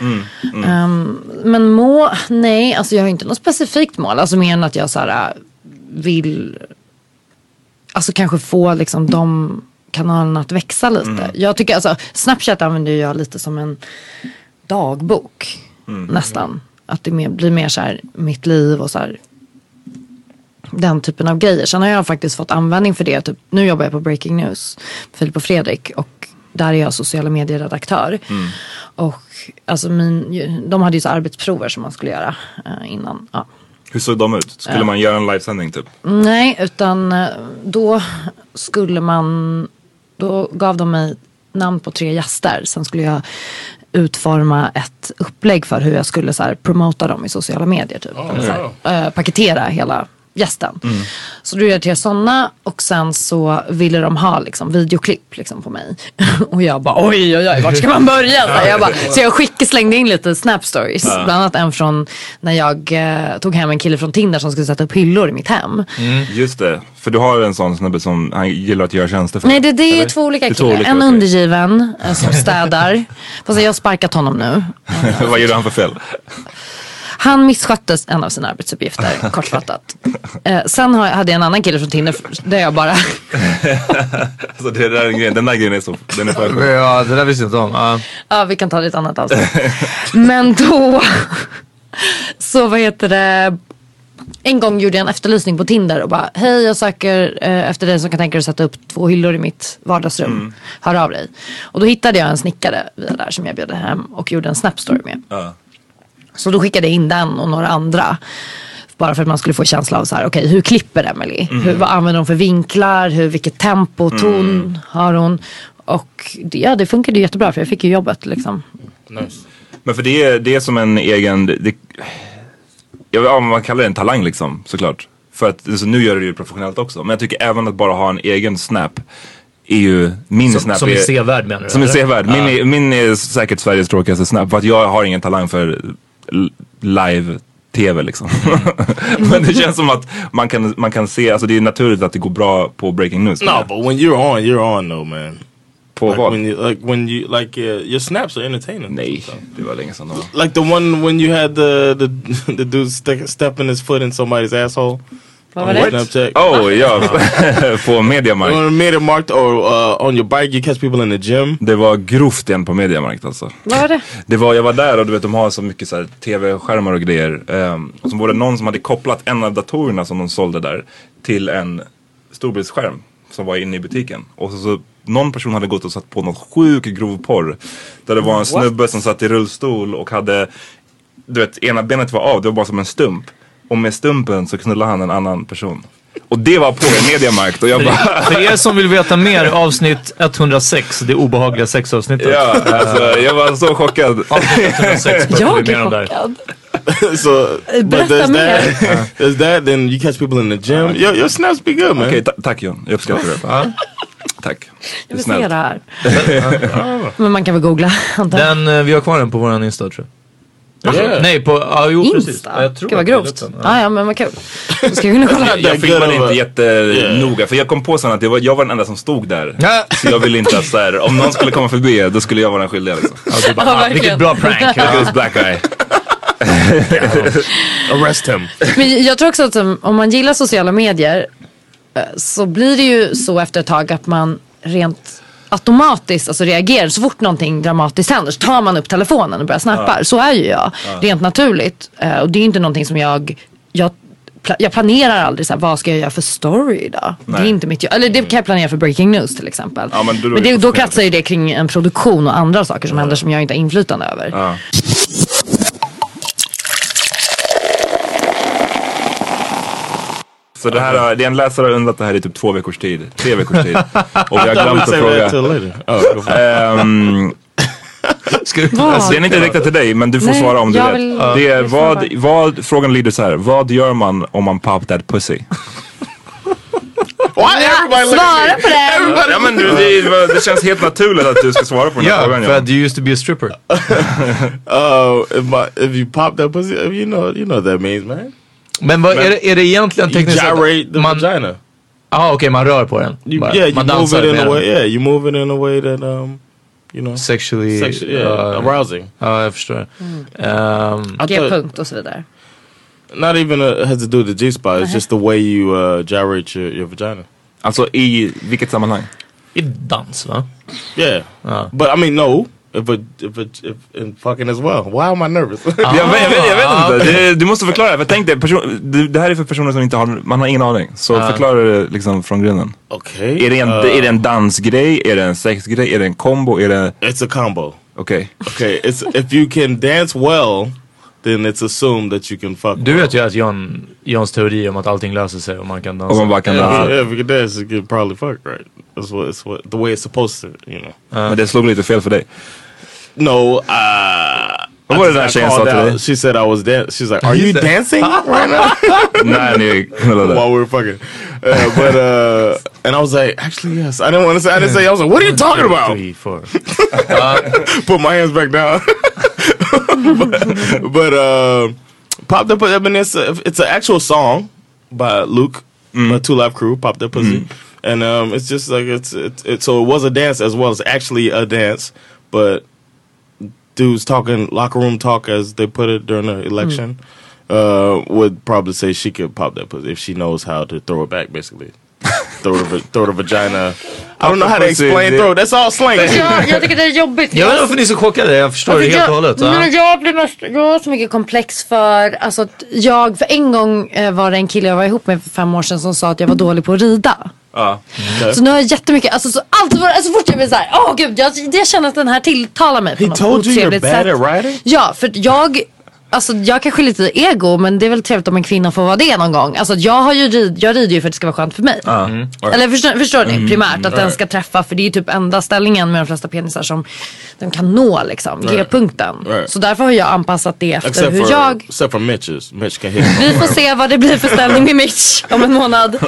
Men nej, alltså jag har inte något specifikt mål. Alltså mer än att jag så här, vill alltså kanske få liksom de kanalerna att växa lite. Jag tycker alltså Snapchat använder jag lite som en dagbok nästan. Att det blir mer så här mitt liv och så här den typen av grejer. Sen har jag faktiskt fått användning för det. Typ, nu jobbar jag på Breaking News, Filip och Fredrik, och där är jag sociala medieredaktör. Och alltså de hade ju så arbetsprover som man skulle göra innan. Ja. Hur såg de ut? Skulle man göra en livesändning typ? Nej, utan då gav de mig namn på 3 gäster. Sen skulle jag utforma ett upplägg för hur jag skulle så här promota dem i sociala medier typ. Så här, paketera hela gästen. Så då gjorde jag 3 sådana, och sen så ville de ha liksom videoklipp liksom på mig. Och jag bara oj, vart ska man börja? Så jag slängde in lite Snap stories. Bland annat en från när jag tog hem en kille från Tinder som skulle sätta upp hyllor i mitt hem. Just det, för du har en sån snubbe som han gillar att göra tjänster för. Nej, det är 2 olika killar. En undergiven som städar. Fast jag har sparkat honom nu. Vad gjorde han för fel? Han missköttes en av sina arbetsuppgifter, kortfattat. Sen hade jag en annan kille från Tinder där jag bara... Alltså den där grejen är så... Den är för... Ja, det där visste jag inte om. Ja, vi kan ta det ett annat avsnitt. Men då... Så vad heter det... En gång gjorde jag en efterlysning på Tinder och bara, hej, jag söker efter dig som kan tänka dig att sätta upp 2 hyllor i mitt vardagsrum. Hör av dig. Och då hittade jag en snickare via där som jag bjöd hem och gjorde en Snap-story med. Så då skickade jag in den och några andra. Bara för att man skulle få känsla av så här, okej, hur klipper Emily? Vad använder hon för vinklar? Vilket tempo, ton har hon? Och det funkade jättebra för jag fick ju jobbet liksom. Nice. Men för det är som en egen... man kallar det en talang liksom, såklart. För att alltså, nu gör det ju professionellt också. Men jag tycker även att bara ha en egen snap är ju min snap som är sevärd, menar du? Som är sevärd. Min är säkert Sveriges tråkigaste snap. För att jag har ingen talang för live-tv liksom. Men det känns som att man kan se, alltså det är naturligt att det går bra på Breaking News. No, but when you're on though, man. På like vad? When you your snaps are entertaining. Nej, det var länge sedan. Like the one when you had the dude stepping his foot in somebody's asshole. Vad var det? Oh, ja. På Mediamarkt. On Mediamarkt or on your bike you catch people in the gym. Det var grovt igen på Mediamarkt alltså. Vad var det? Jag var där och du vet, de har så mycket så här tv-skärmar och grejer. Och så var det någon som hade kopplat en av datorerna som de sålde där till en storbildsskärm som var inne i butiken. Och så någon person hade gått och satt på något sjuk grov porr. Där det var en snubbe som satt i rullstol och hade, du vet, ena benet var av, det var bara som en stump. Och med stumpen så knullade han en annan person. Och det var på en Mediamarkt. Och jag bara... För er som vill veta mer, avsnitt 106, det obehagliga sexavsnittet. Ja, alltså jag var så chockad. Avsnitt 106. Jag är chockad. So, berätta mer. There's that, then you catch people in the gym. Your snaps be good, man. Okej, tack John. Jag uppskattar det. Tack. Jag vill se det här. Men man kan väl googla. Vi har kvar den på våran Insta, tror jag. Yeah. Nej, på precis. Insta? Jag tror det var grovt. Ja, men vad kul. Ska vi kunna kolla? Jag filmade inte jättenoga, för jag kom på sen att jag var den enda som stod där. Så jag ville inte att så här, om någon skulle komma förbi, då skulle jag vara den skyldiga liksom. Vilket bra prank. Look at this black guy. Arrest him. Men jag tror också att om man gillar sociala medier så blir det ju så efter ett tag att man rent automatiskt alltså reagerar så fort någonting dramatiskt händer, så tar man upp telefonen och börjar snappa. Så är ju jag, rent naturligt. Och det är inte någonting som jag planerar aldrig så här, vad ska jag göra för story idag? Det är inte mitt jobb. Eller det kan jag planera för breaking news till exempel. Men då kretsar ju det kring en produktion och andra saker som händer som jag inte har inflytande över. Så det här, det är en läsare har undrat det här i typ 2 veckors tid. 3 veckors tid. Och vi har glömt att fråga. Den är inte riktat till dig, men du får svara om du vet. Det är vad frågan lyder så här: vad gör man om man pop that pussy? Svara på det! Ja, men det känns helt naturligt att du ska svara på den här frågan. För att you used to be a stripper. If you pop that pussy, you know what that means, man. Men vad är det egentligen tekniskt? You gyrate the vagina. Okej, man rör på den. You move it in a way. Yeah, you move it in a way that you know, sexually arousing. Ja, jag förstår. G-punkt och så vidare. Not even has to do with the G-spot. It's just the way you gyrate your vagina. Alltså i vilket sammanhang? I dans, va? Yeah. But I mean, no. If in fucking as well. Why am I nervous? Jag vet inte. Du måste förklara. Jag tänkte, det här är för personer som inte har, man har ingen aning. Så förklara det liksom från grunden. Okej. Är det en dansgrej? Är det en sexgrej? Är det en combo? It's a combo. Okay. If you can dance well, then it's assumed that you can fuck. Du vet ju att Jons teori om att allting löser sig om man kan dansa. Om man bara kan dansa. Yeah, if you can dance, you can probably fuck, right? That's what the way it's supposed to, you know. Men det slog lite fel för dig. No, what was that tjejen sa till dig? She said I was dancing. She's like, are you dancing right now? Nej, while we were fucking. And I was like, actually, yes. I didn't say, I was like, what are you talking about? 3, 4. Put my hands back down. but Pop That Pussy, I mean, it's an actual song by Luke, by Two Live Crew, Pop That Pussy. And it's just like, it's so it was a dance as well as actually a dance, but dudes talking locker room talk, as they put it during the election, would probably say she could pop that pussy if she knows how to throw it back, basically. throw the vagina. I don't know how to explain throw. That's all slang. Jag tycker det är jobbigt. Jag vet inte varför ni är så chockade. Jag förstår det helt och hållet. Men jag har så mycket komplex för alltså att för en gång var det en kille jag var ihop med för 5 år sedan som sa att jag var dålig på att rida. Så nu har jag jättemycket, alltså så fort jag blir såhär, gud, jag känner att den här tilltalar mig på något otrevligt sätt. He told you you're bad at riding? Ja, för jag kanske är lite ego, men det är väl trevligt om en kvinna får vara det någon gång. Alltså jag rider ju för att det ska vara skönt för mig. Eller förstår ni primärt att den ska träffa, för det är ju typ enda ställningen med de flesta penisar som den kan nå liksom, G-punkten. Så därför har jag anpassat det efter hur jag... Except for Mitch can hit. Vi får se vad det blir för ställning med Mitch om en månad.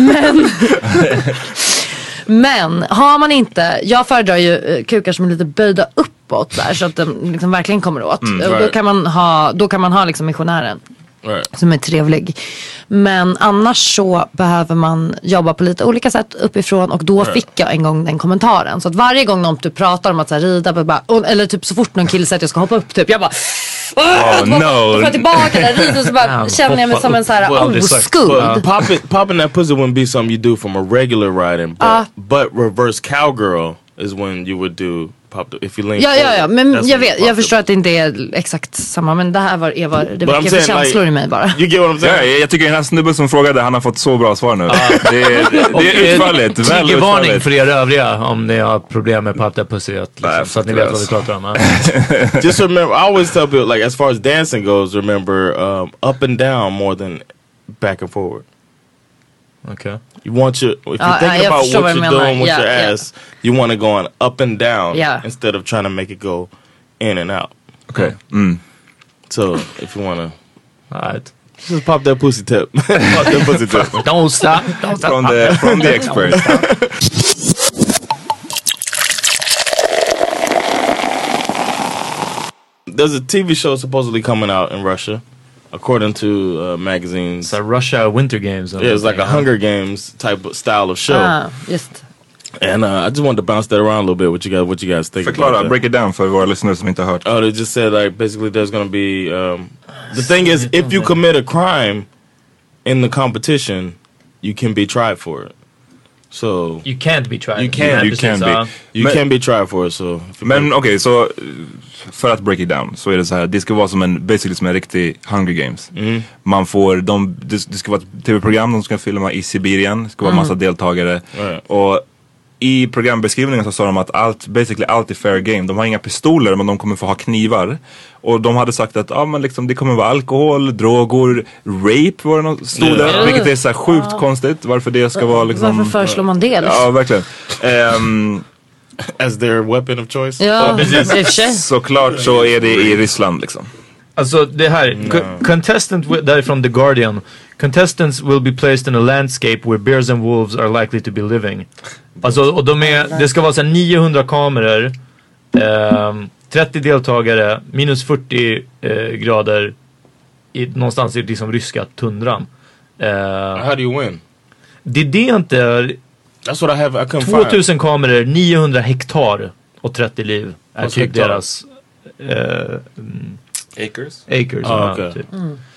Men har man inte, jag föredrar ju kukar som är lite böjda uppåt där, så att de liksom verkligen kommer åt. Och då kan man ha liksom missionären som är trevlig. Men annars så behöver man jobba på lite olika sätt uppifrån. Och då fick jag en gång den kommentaren. Så att varje gång någon typ pratar om att så här, rida eller typ så fort någon kille säger att jag ska hoppa upp typ, jag bara då får jag tillbaka där rida, så bara känner jag mig som en så här oskuld. Popping that pussy wouldn't be something you do from a regular riding, but reverse cowgirl is when you would do if you lean ja, men jag förstår att det inte är exakt samma, men det här det väcker för känslor i mig bara. You get what I'm saying? Jag tycker den här snubben som frågade, han har fått så bra svar nu. Det är utfallet, väl utfallet. Varning för er övriga om ni har problem med Pop That Pussy, så att ni vet vad vi pratar om. Just remember, I always tell people, like, as far as dancing goes, remember up and down more than back and forward. Okay. You want if you're thinking about what you're doing with your ass, you want it going up and down instead of trying to make it go in and out. Okay. So if you want to, alright, just pop that pussy tip. Pop that pussy tip. Don't stop. From the expert. there's a TV show supposedly coming out in Russia, according to magazines. So Russia Winter Games. Yeah, it's like a Hunger Games type of style of show. Just. And I just wanted to bounce that around a little bit. What you guys think? Förklara, break it down för våra lyssnare som inte har hört. Oh, they just said like basically there's gonna be the thing is if you commit a crime in the competition, you can be tried for it. So you can't be tried. You can be tried for it. So men okej, så för att break it down så är det så här, det ska vara som en riktig Hunger Games. Man får det ska vara ett tv-program, de ska filma i Sibirien, det ska vara massa deltagare och i programbeskrivningen så sa de att allt är fair game. De har inga pistoler men de kommer få ha knivar. Och de hade sagt att men liksom, det kommer vara alkohol, droger, rape var det stod där. Vilket är så här sjukt konstigt. Varför det ska vara liksom... Varför föreslår man det? Ja, verkligen. As their weapon of choice. Ja, såklart så är det i Ryssland liksom. Alltså det här, contestant därifrån The Guardian. Contestants will be placed in a landscape where bears and wolves are likely to be living. Alltså, och det ska vara så 900 kameror, 30 deltagare, minus 40 grader någonstans i liksom ryska tundran. How do you win? Det är det inte är. That's what I have. I 2000 kameror, 900 hektar och 30 liv är typ deras acres. Okay. Typ.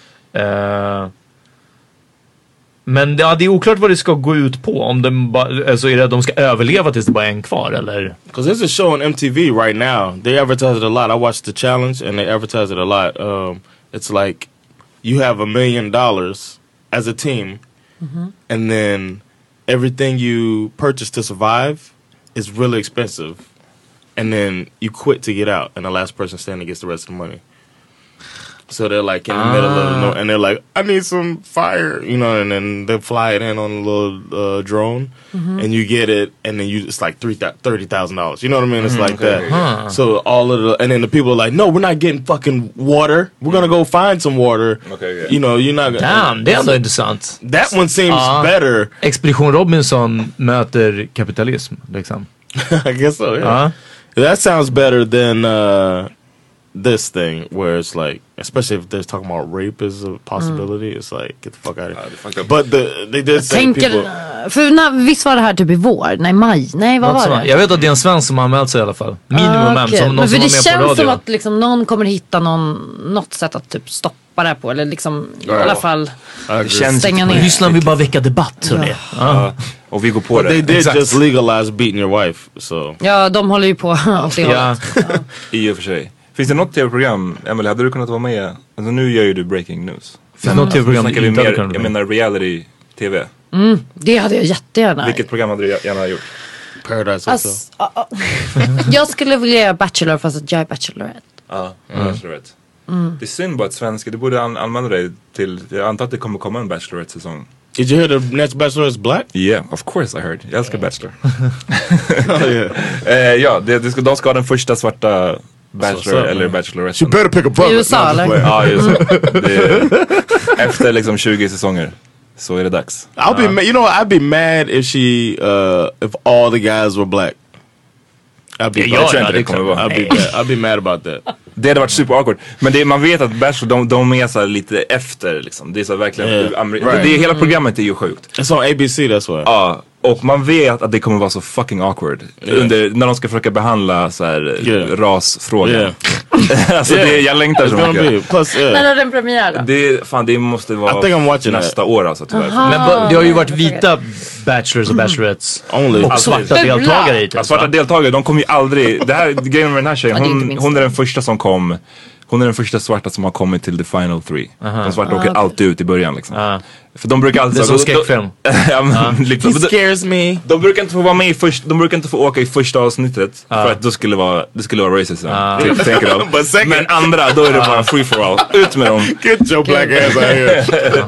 Men det är oklart vad det ska gå ut på. Om alltså är det att de ska överleva tills det bara är en kvar eller? Because there's a show on MTV right now. They advertise it a lot. I watched the challenge and they advertise it a lot. It's like you have $1 million as a team, and then everything you purchase to survive is really expensive, and then you quit to get out, and the last person standing gets the rest of the money. So they're like in the middle of and they're like, I need some fire, you know, and then they fly it in on a little drone, and you get it, and then it's like $30,000. You know what I mean? It's like that. So all of and then the people are like, no, we're not getting fucking water. We're gonna go find some water. Okay, yeah. You know, you're not gonna. Damn, det är ändå intressant. That one seems better. Expedition Robinson möter kapitalism, liksom. I guess so. Yeah. That sounds better than. This thing where it's like, especially if they're talking about rape as a possibility, it's like get the fuck out of here. But they did say people... För visst var det här typ i vår? Nej, maj? Nej, vad var det? Jag vet att det är en svensk som har anmält sig i alla fall. Minimum en, som någon som var med på radio. Det känns som att liksom, någon kommer hitta något sätt att typ stoppa det här på. Eller liksom i alla fall stänga ner. Ryssland vill bara väcka debatt. Och vi går på det. They did just legalize beating your wife. So. Ja, de håller ju på åt det hållet. I och för sig. Finns det något tv-program, Emily, hade du kunnat vara med? Alltså nu gör ju du breaking news. Finns det något tv-program snackar vi mer, jag menar reality-tv. Det hade jag jättegärna. Vilket program hade du gärna gjort? Paradise också. Jag skulle vilja göra Bachelor fast att jag är Bachelorette. Ja, Bachelorette. Det är synd bara att svenska, du borde använda dig till, jag antar att det kommer komma en Bachelorette-säsong. Did you hear the next Bachelor is black? Yeah, of course I heard. Jag älskar Bachelor. Ja, de ska ha den första svarta Bachelor eller Bachelorette. You better pick a brother. I USA eller? Ja, just det. Efter liksom 20 säsonger så är det dags. I'd be mad if if all the guys were black. I'd be mad about that. Det hade varit super awkward. Men man vet att Bachelor, de är så lite efter liksom. Det är så verkligen det hela programmet är ju sjukt. It's on ABC, that's why. Ja, och man vet att det kommer vara så fucking awkward när de ska försöka behandla så här rasfrågan. Alltså jag längtar så mycket. När har den premiär? Det måste vara nästa år alltså tyvärr. Men det har ju varit vita bachelors och bachelorettes och svarta deltagare i. Svarta deltagare, de kommer ju aldrig. Det här grejen med den här tjejen, hon är den första som kom. Hon är den första svarta som har kommit till the final 3. De svarta åker alltid ut i början liksom. För de brukar alltid... Det är som skräckfilm. He scares me. De brukar inte få vara med de brukar inte få åka i första avsnittet. För att det skulle vara racism. Men andra, då är det bara free for all. Ut med dem. Get your black ass out here.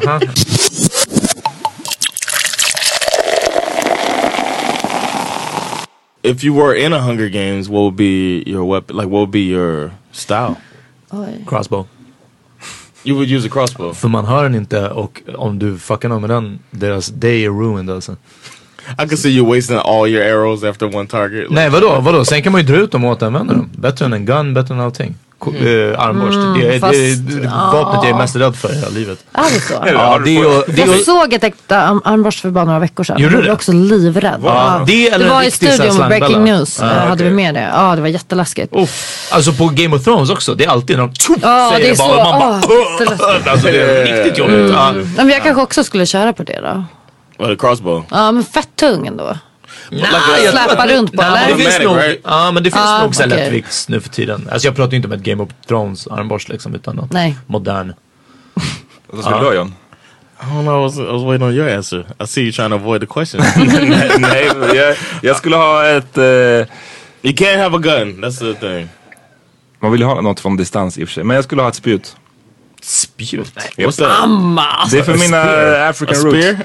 If you were in a Hunger Games, what would be your weapon? Like, what would be your style? Crossbow. You would use a crossbow. För man hör den inte, och om du fuckar med den, deras day är ruined alltså. I can see you wasting all your arrows after one target. Nej, vadå? Sen kan man ju dra ut dem och återanvända dem. Bättre än en gun, bättre än allting. armborst. Det är vapnet jag är mest rädd för i hela livet. Är det så? Jag såg ett äkta armborst för bara några veckor sedan. Gjorde jag var också livrädd. Det var i studion med Breaking News. Hade vi med det. Ja, det var jätteläskigt. Alltså på Game of Thrones också. Det är alltid någon det är så. Alltså det är riktigt jobbigt. Men jag kanske också skulle köra på det då. Eller crossbow. Ja, men fett tung ändå. Släppa runt på eller? Det finns nog, men det finns nog så lättvikts nu för tiden. Alltså jag pratar ju inte om ett Game of Thrones armborst liksom, utan något modern. Vad skulle du ha, John? I don't know, I was waiting on your answer. I see you trying to avoid the question. Nej, jag skulle ha ett... You can't have a gun, that's the thing. Man vill ju ha något från distans i och för sig. Men jag skulle ha ett spjut. Spjut? Nej. What's that? Det är för mina African roots.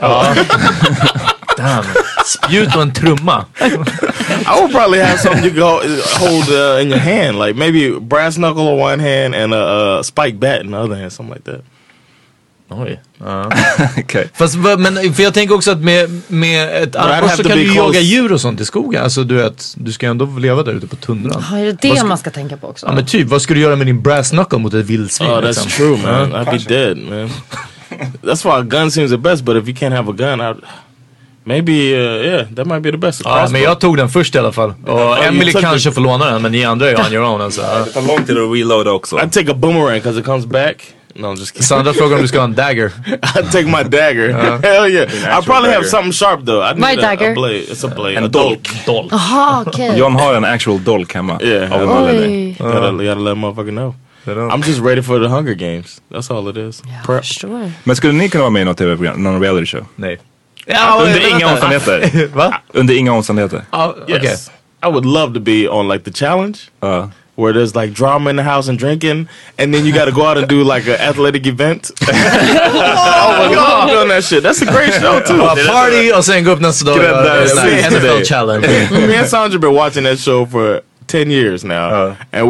Damn. Spjut och en trumma. I would probably have something you could hold in your hand. Like maybe brass knuckle on one hand and a spike bat in the other hand. Something like that. Oj. Okay. Fast, men för jag tänker också att med ett armborst så kan du jaga djur och sånt i skogen. Alltså du ska ändå leva där ute på tundran. Ja, är det man ska tänka på också? Ja, men typ, vad ska du göra med din brass knuckle mot ett vildsvin? Oh, that's true, man. I'd be dead, man. That's why a gun seems the best, but if you can't have a gun, maybe, that might be the best. Ja, men jag tog den först i alla fall. Och Emily kanske får låna den, men ni andra är on your own. Alltså. Det tar lång tid att reloada också. I'd take a boomerang because it comes back. No, I'm just kidding. Sandra frågar om du ska ha en dagger. I'd take my dagger. Hell yeah. I'll probably have something sharp though. My dagger? A blade. It's a blade. En dolk. Aha, okay. John har en actual dolk hemma. Yeah. Gotta let motherfucker know. I'm just ready for the Hunger Games. That's all it is. Yeah, sure. Men skulle ni kunna vara med i något tv-program? Någon reality show? Nej. Under inga omständigheter. Va? Under inga omständigheter. Yes. I would love to be on like the challenge. Where there's like drama in the house and drinking, and then you got to go out and do like an athletic event. I would love doing that shit. That's a great show too. A party och sen gå upp nästa dag. NFL challenge. Me and Sandra been watching that show for 10 years now, and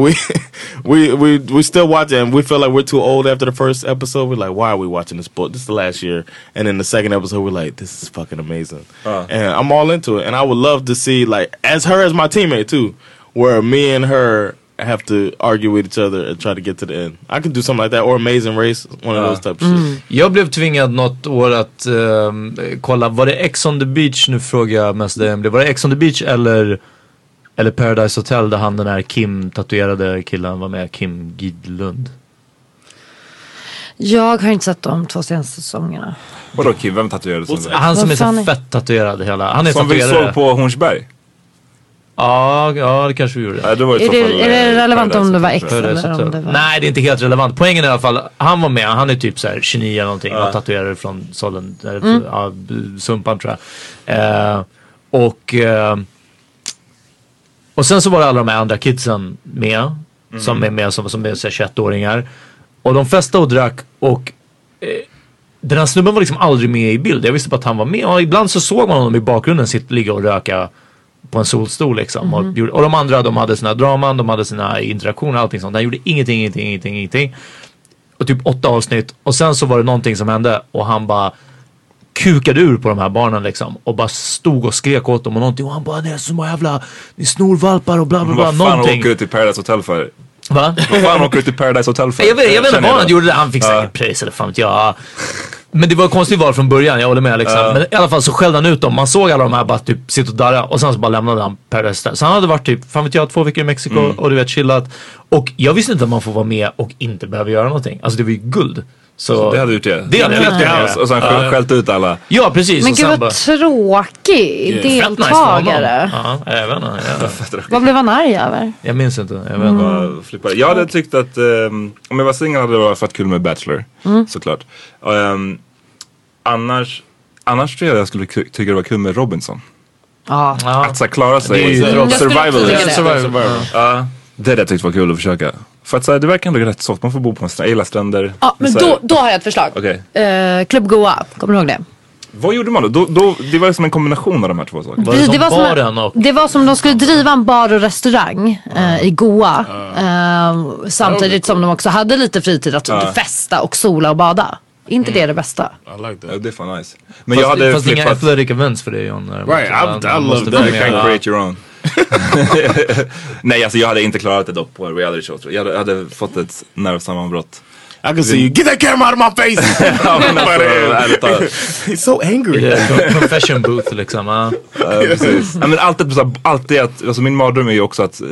we still watch it, and we feel like we're too old after the first episode. We're like, why are we watching this book? This is the last year, and in the second episode, we're like, this is fucking amazing, and I'm all into it. And I would love to see like as my teammate too, where me and her have to argue with each other and try to get to the end. I could do something like that, or Amazing Race, one of those type of shit. Jag blev tvingad något år att kolla, var det Ex on the Beach, nu frågar jag mest dig, var det Ex on the Beach eller Paradise Hotel där han den här Kim tatuerade killen var med, Kim Gidlund? Jag har inte sett de 2 senaste säsongerna. Vadå Kim, vem tatuerade som han som är så fett tatuerad hela. Han är som vi såg på Hornsberg. Ja, det kanske vi gjorde. Ja, det var är det relevant om det var X eller om det var... Nej, det är inte helt relevant. Poängen i alla fall, han var med. Han är typ så här 29 eller någonting. Han tatuerade från Sollen, Sumpan tror jag. Och sen så var det alla de här andra kidsen med. Som är med som är 21-åringar. Och de festade och drack. Och den här snubben var liksom aldrig med i bild. Jag visste bara att han var med. Och ibland så såg man honom i bakgrunden ligga och röka på en solstol liksom. Och de andra, de hade sina draman, de hade sina interaktioner, allting sånt. Han gjorde ingenting. Och typ 8 avsnitt. Och sen så var det någonting som hände. Och han bara kukade ur på de här barnen liksom. Och bara stod och skrek åt dem och någonting. Och han bara, det är så jävla, ni snorvalpar och bla bla bla. Vad fan åker du till Paradise Hotel för? Va? Vad fan åker du till Paradise Hotel för? Jag vet inte vad han gjorde det. Han fick säkert pris eller fan vet jag. Men det var konstigt val från början, jag håller med liksom. Men i alla fall så skällde han ut dem. Man såg alla de här bara typ sitta och darra. Och sen så bara lämnade han Paradise. Så han hade varit typ, fan vet jag, 2 veckor i Mexiko. Och du vet, chillat. Och jag visste inte att man får vara med och inte behöver göra någonting. Alltså det var ju guld. Så det hade gjort det. Det hade jag gjort. Och sen skällt ut alla. Ja, precis. Men gud vad tråkig deltagare. Ja, även. Vad blev han arg över? Jag minns inte. Jag vet inte. Jag hade tyckt att om jag var singel hade det varit för att kul med Bachelor. Såklart. Annars tror jag skulle tycka det var kul med Robinson. Att så klara sig. Survival. Det hade jag tyckt var kul att försöka. För att så här, det verkar ändå rätt soft. Man får bo på en strand, stränder. Ja, men då har jag ett förslag. Club Goa, kommer du ihåg det? Vad gjorde man då? Det var som en kombination av de här 2 sakerna. Det var som de skulle driva en bar och restaurang i Goa. Samtidigt som de också hade lite fritid att festa och sola och bada. Inte det bästa. I like that. Det är fan nice. Men jag hade fast inga athletic events för det, John. Right, I love that. You can create your own. Nej, alltså jag hade inte klarat det dock på en reality show, tror jag. Jag hade fått ett nervsammanbrott. I can see you. Get that camera out of my face! He's so angry. Confession booth liksom. Precis. Men alltid att, alltså min mardröm är ju också att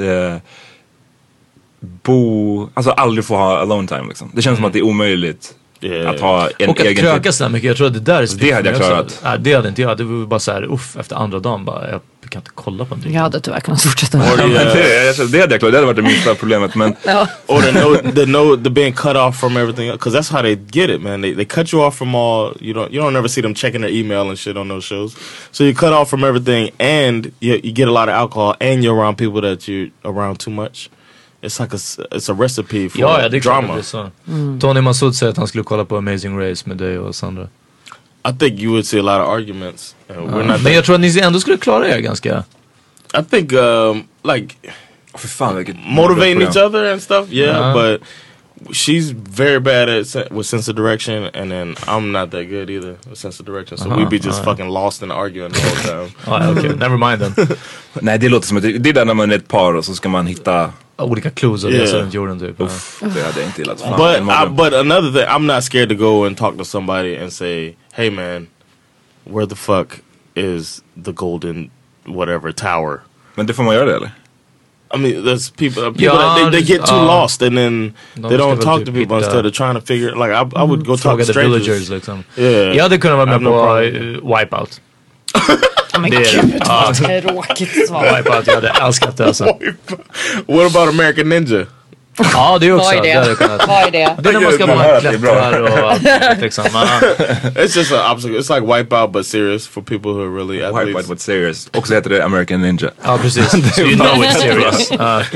alltså aldrig få ha alone time liksom. Det känns som att det är omöjligt att ha en och egen att kröka så mycket. Jag tror att det där är det hade jag klarat. Nej, det hade inte jag. Det var bara så här, efter andra dagen bara, jag kan inte kolla på en drink. Jag hade tyvärr kunnat fortsätta. Det hade jag klarat. Det hade varit det minsta problemet, men or the being cut off from everything, because that's how they get it, man. They cut you off from all, you don't ever see them checking their email and shit on those shows. So you cut off from everything, and you get a lot of alcohol, and you're around people that you're around too much. It's like it's a recipe for drama. Tony Massoud säger att han skulle kolla på Amazing Race med dig och Sandra. I think you would see a lot of arguments. Men jag tror att ni ändå skulle klara det ganska. I think like motivating each other and stuff. Yeah, but she's very bad with sense of direction, and then I'm not that good either with sense of direction. So we'd be just fucking lost in arguing the whole time. Okay, never mind then. Nej, det låter som det är där när man är ett par och så ska man hitta olika clues och resa runt jorden typ. Det hade jag inte gillat. But another thing, I'm not scared to go and talk to somebody and say, hey man, where the fuck is the golden whatever tower? Men det får man göra det eller? I mean, there's people that they get too lost and then they don't talk to people instead of trying to figure. Like I would go talk to strangers. Villagers liksom. Yeah. Jag hade kunnat vara med på Wipeout. Men gud, vad tråkigt svar. Wipeout, jag hade älskat det alltså. What about American Ninja? Ja, det är också. Vad är det? Vad är det? Det är när man ska vara klättrar och liksom. It's just an obstacle. It's like Wipeout but serious for people who are really athletes. Wipeout but serious. Också heter det American Ninja. Ja, precis. So you know it's serious.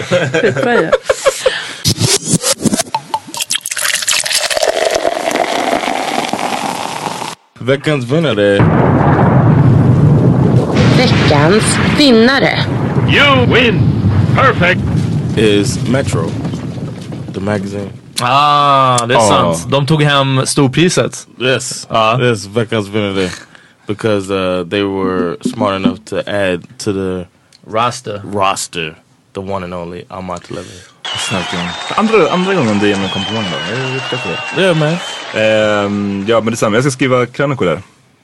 Veckans vinnare. Veckans vinnare. You win. Perfect. Is Metro. The magazine. Det är sant. De tog hem storpriset. Yes. Yes, veckans vinnare. Because they were smart enough to add to the roster the one and only Amat Levy. Andra gången det är en komplimang då. Jag är riktigt för det. Yeah man. Ja, men detsamma. Jag ska skriva krönikor där.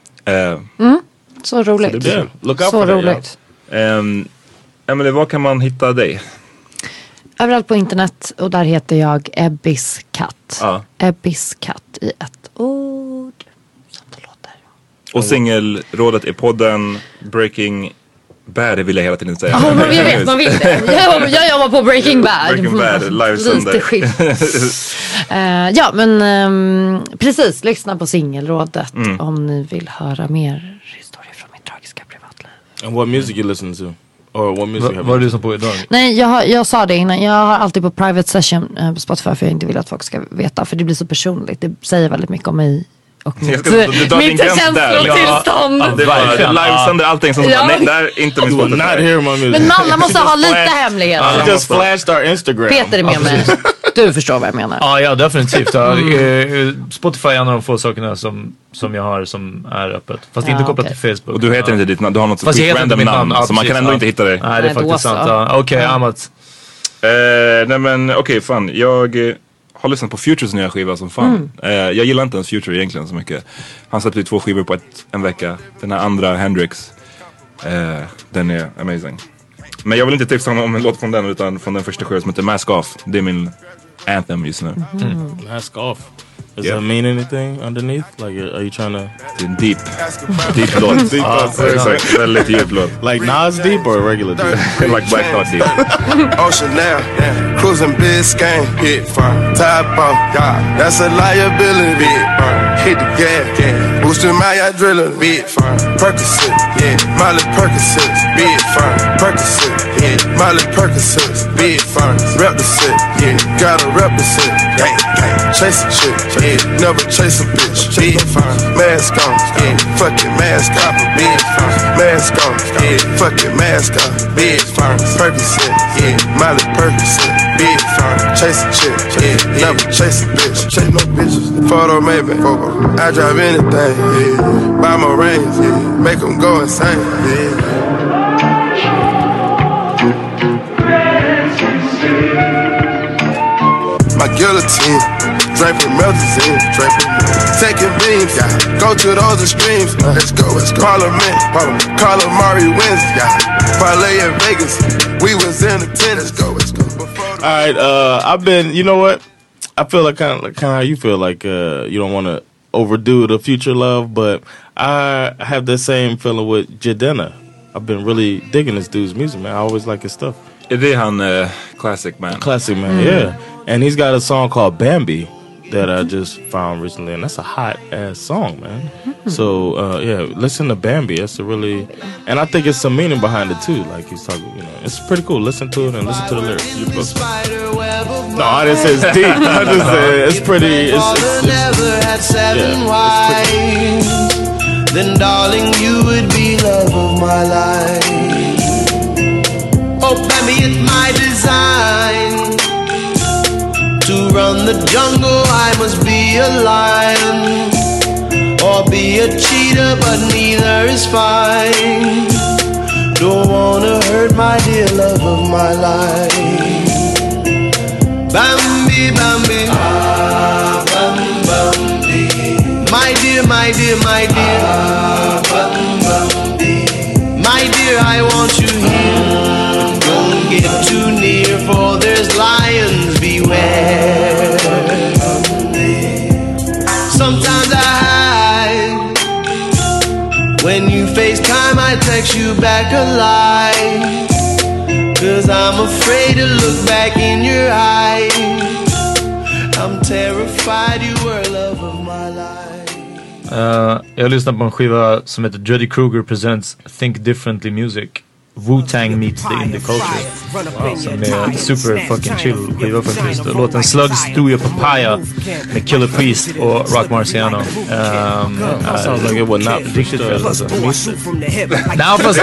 Så roligt. Så roligt. Emelie, var kan man hitta dig? Överallt på internet, och där heter jag Ebbis Katt. Ebbis Katt i ett ord. Som det låter. Och singelrådet är podden Breaking Bad, det vill jag hela tiden säga. Ja, jag vet, man vill det. Jag jobbar på Breaking Bad. Breaking Bad, livesänder. Ja, men precis, lyssna på singelrådet om ni vill höra mer historier från mitt tragiska privatliv. And what music you listen to? Or what music vad är du som på idag? Nej, jag sa det innan. Jag har alltid på private session på Spotify, för jag inte vill att folk ska veta. För det blir så personligt. Det säger väldigt mycket om mig och mitt känslotillstånd. Livesänder allting som nej, där inte min Spotify. Men alla måste ha lite hemligheter. We just flashed our Instagram. Peter är med mig. Du förstår vad jag menar. Ja, definitivt. Spotify är en av de få sakerna som jag har som är öppet. Fast inte kopplat till Facebook. Och du heter inte ditt namn, du har något så random namn. Så man kan ändå inte hitta dig. Nej, det är faktiskt sant. Okej, Amat. Nej men okej, fan. Jag har lyssnat på Futures nya skiva som fan. Jag gillar inte ens Future egentligen så mycket. Han släppte 2 skivor på en vecka. Den här andra, Hendrix, den är amazing. Men jag vill inte tipsa om en låt från den, utan från den första skivan som heter Mask Off. Det är min anthem just nu. Mask Off. Does that mean anything underneath? Like, are you trying to... Deep låt. Exakt, väldigt djup låt. Like Nas deep or regular deep? Like Black Thought deep. Ocean now, cruising Biscayne, hit from top off, that's a liability. Hit the gas, boosting my adrenaline. Big firm, Percocet, yeah, Molly Percocet. Big firm, Percocet, yeah, Molly Percocet. Big firm, represent, yeah, gotta represent. Gang, gang, chase a chick, yeah, never chase a bitch. Big firm, mask on, yeah, fucking mask off. Big firm, mask on, yeah, fucking mask off. Big firm, Percocet, yeah, Molly Percocet. Big firm, chase a chick, yeah, never chase a bitch. Chase no bitches, photo maybe. I drive anything, yeah. Buy my range, yeah. Make them go insane, yeah. guillotine. Drink from Melazine, taking beams, yeah. Go to those extremes, let's go. Parliament, Carl Amari wins, yeah. Parlay in Vegas, we was in the tennis, let's go. Alright, I've been, you know what? I feel like kind of how you feel, like you don't want to overdo the future love, but I have the same feeling with Jidenna. I've been really digging this dude's music, man. I always like his stuff. Är det han Classic Man? Classic Man, yeah. And he's got a song called Bambi that I just found recently, and that's a hot ass song, man. So yeah, listen to Bambi. That's a really, and I think it's some meaning behind it too. Like he's talking, you know, it's pretty cool. Listen to it and listen to the lyrics. No, I didn't say it's deep. I just said it's pretty. Then darling, you would be love of my life. Oh, Bambi, it's my design to run the jungle. I must be a lion or be a cheetah, but neither is fine. Don't wanna hurt my dear love of my life. Bambi, Bambi, ah, Bambi, my dear, my dear, my dear, ah, Bambi, my dear, I want you here. Don't get too near, for there's lions beware. Sometimes I hide. When you FaceTime, I text you back alive. 'Cause I'm afraid to look back in your eyes. I'm terrified you were love of my life. Jag lyssnar på en skiva som heter Jody Kruger Presents Think Differently Music. Wu-Tang meets the indie culture. Som är super fucking chill skiva faktiskt. Låten Slugs Through Your Papaya med Killer Priest och Rock Marciano. Sounds like it would not riktigt fel alltså. Now fast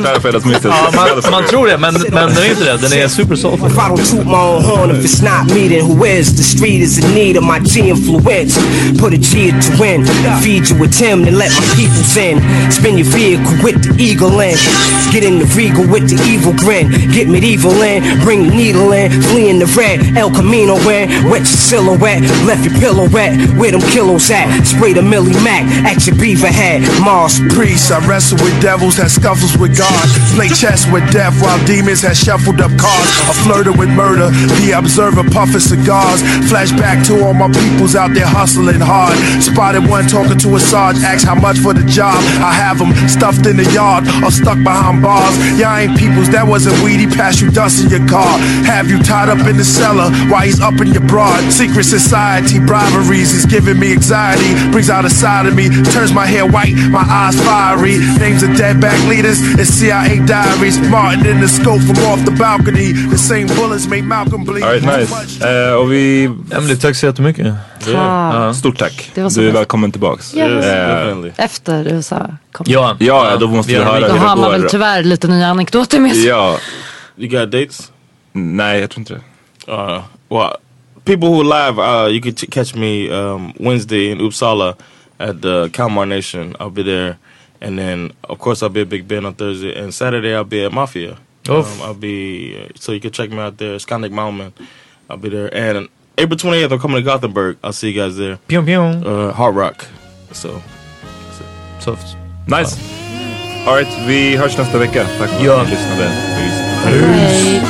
man tror det, men den är inte det. Den är super soulful. If I don't toot my own horn, if it's not me, then who is? The street is in need of my G-influence. Put a G to win, feed you with Tim, then let my peoples in. Spin your vehicle with the eagle in. Get in the regal with the evil grin. Get medieval in, bring the needle in. Flee in the red, El Camino in. Wet your silhouette, left your pillow wet. Where them kilos at? Spray the Millie Mac at your beaver head. Mars priests, I wrestle with devils, had scuffles with God. Play chess with death while demons had shuffled up cards. I flirted with murder, the observer puffing cigars. Flashback to all my peoples out there hustling hard. Spotted one talking to a sarge, asked how much for the job. I have them stuffed in the yard or stuck behind bars. Y'all ain't peoples, that wasn't weedy, pass you dust in your car. Have you tied up in the cellar while he's up in your broad. Secret society, briberies is giving me anxiety. Brings out a side of me, turns my hair white, my eyes fiery. Names of dead back leaders, it's CIA diaries. Martin in the scope from off the balcony. The same bullets made Malcolm bleed. Alright, nice. Och vi... Emily, tack så jättemycket. Stort tack. Du är välkommen tillbaks. Efter USA kom. Ja, då måste vi höra hur det går. Då har man väl tyvärr lite nya anekdoter med sig. Ja. You got dates? Nej, jag tror inte det. Well, people who live, you can catch me Wednesday in Uppsala at the Kalmar Nation. I'll be there. And then, of course, I'll be at Big Ben on Thursday. And Saturday, I'll be at Mafia. I'll be, so you can check me out there. Skandik Malmö. I'll be there. And April 28th, I'm coming to Gothenburg. I'll see you guys there. Pew pew. Hard Rock. So, soft. Nice. All right, vi hörs nästa vecka. Tack för att ni lyssnade. Hej.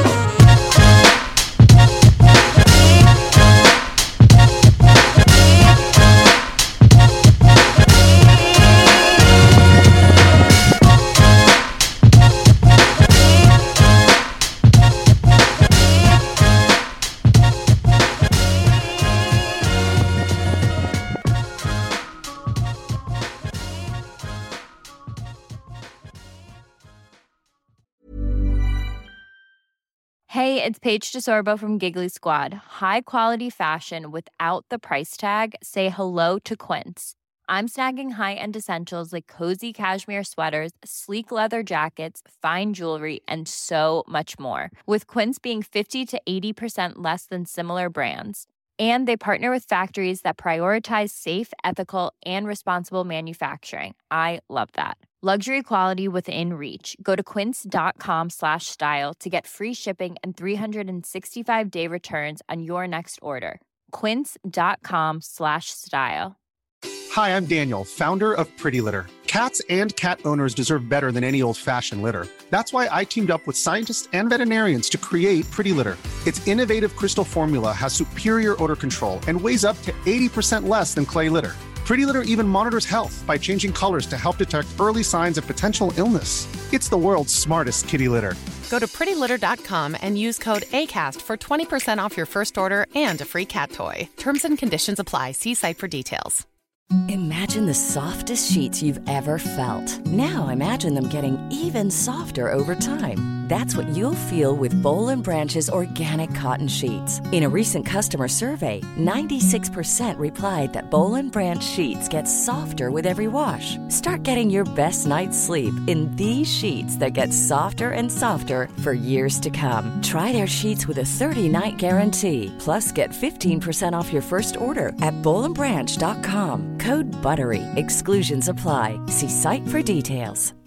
Hey, it's Paige DeSorbo from Giggly Squad. High quality fashion without the price tag. Say hello to Quince. I'm snagging high-end essentials like cozy cashmere sweaters, sleek leather jackets, fine jewelry, and so much more. With Quince being 50 to 80% less than similar brands. And they partner with factories that prioritize safe, ethical, and responsible manufacturing. I love that. Luxury quality within reach. Go to quince.com/style to get free shipping and 365-day returns on your next order. Quince.com/style. Hi, I'm Daniel, founder of Pretty Litter. Cats and cat owners deserve better than any old-fashioned litter. That's why I teamed up with scientists and veterinarians to create Pretty Litter. Its innovative crystal formula has superior odor control and weighs up to 80% less than clay litter. Pretty Litter even monitors health by changing colors to help detect early signs of potential illness. It's the world's smartest kitty litter. Go to prettylitter.com and use code ACAST for 20% off your first order and a free cat toy. Terms and conditions apply. See site for details. Imagine the softest sheets you've ever felt. Now imagine them getting even softer over time. That's what you'll feel with Boll & Branch's organic cotton sheets. In a recent customer survey, 96% replied that Boll & Branch sheets get softer with every wash. Start getting your best night's sleep in these sheets that get softer and softer for years to come. Try their sheets with a 30-night guarantee. Plus, get 15% off your first order at bollandbranch.com. Code BUTTERY. Exclusions apply. See site for details.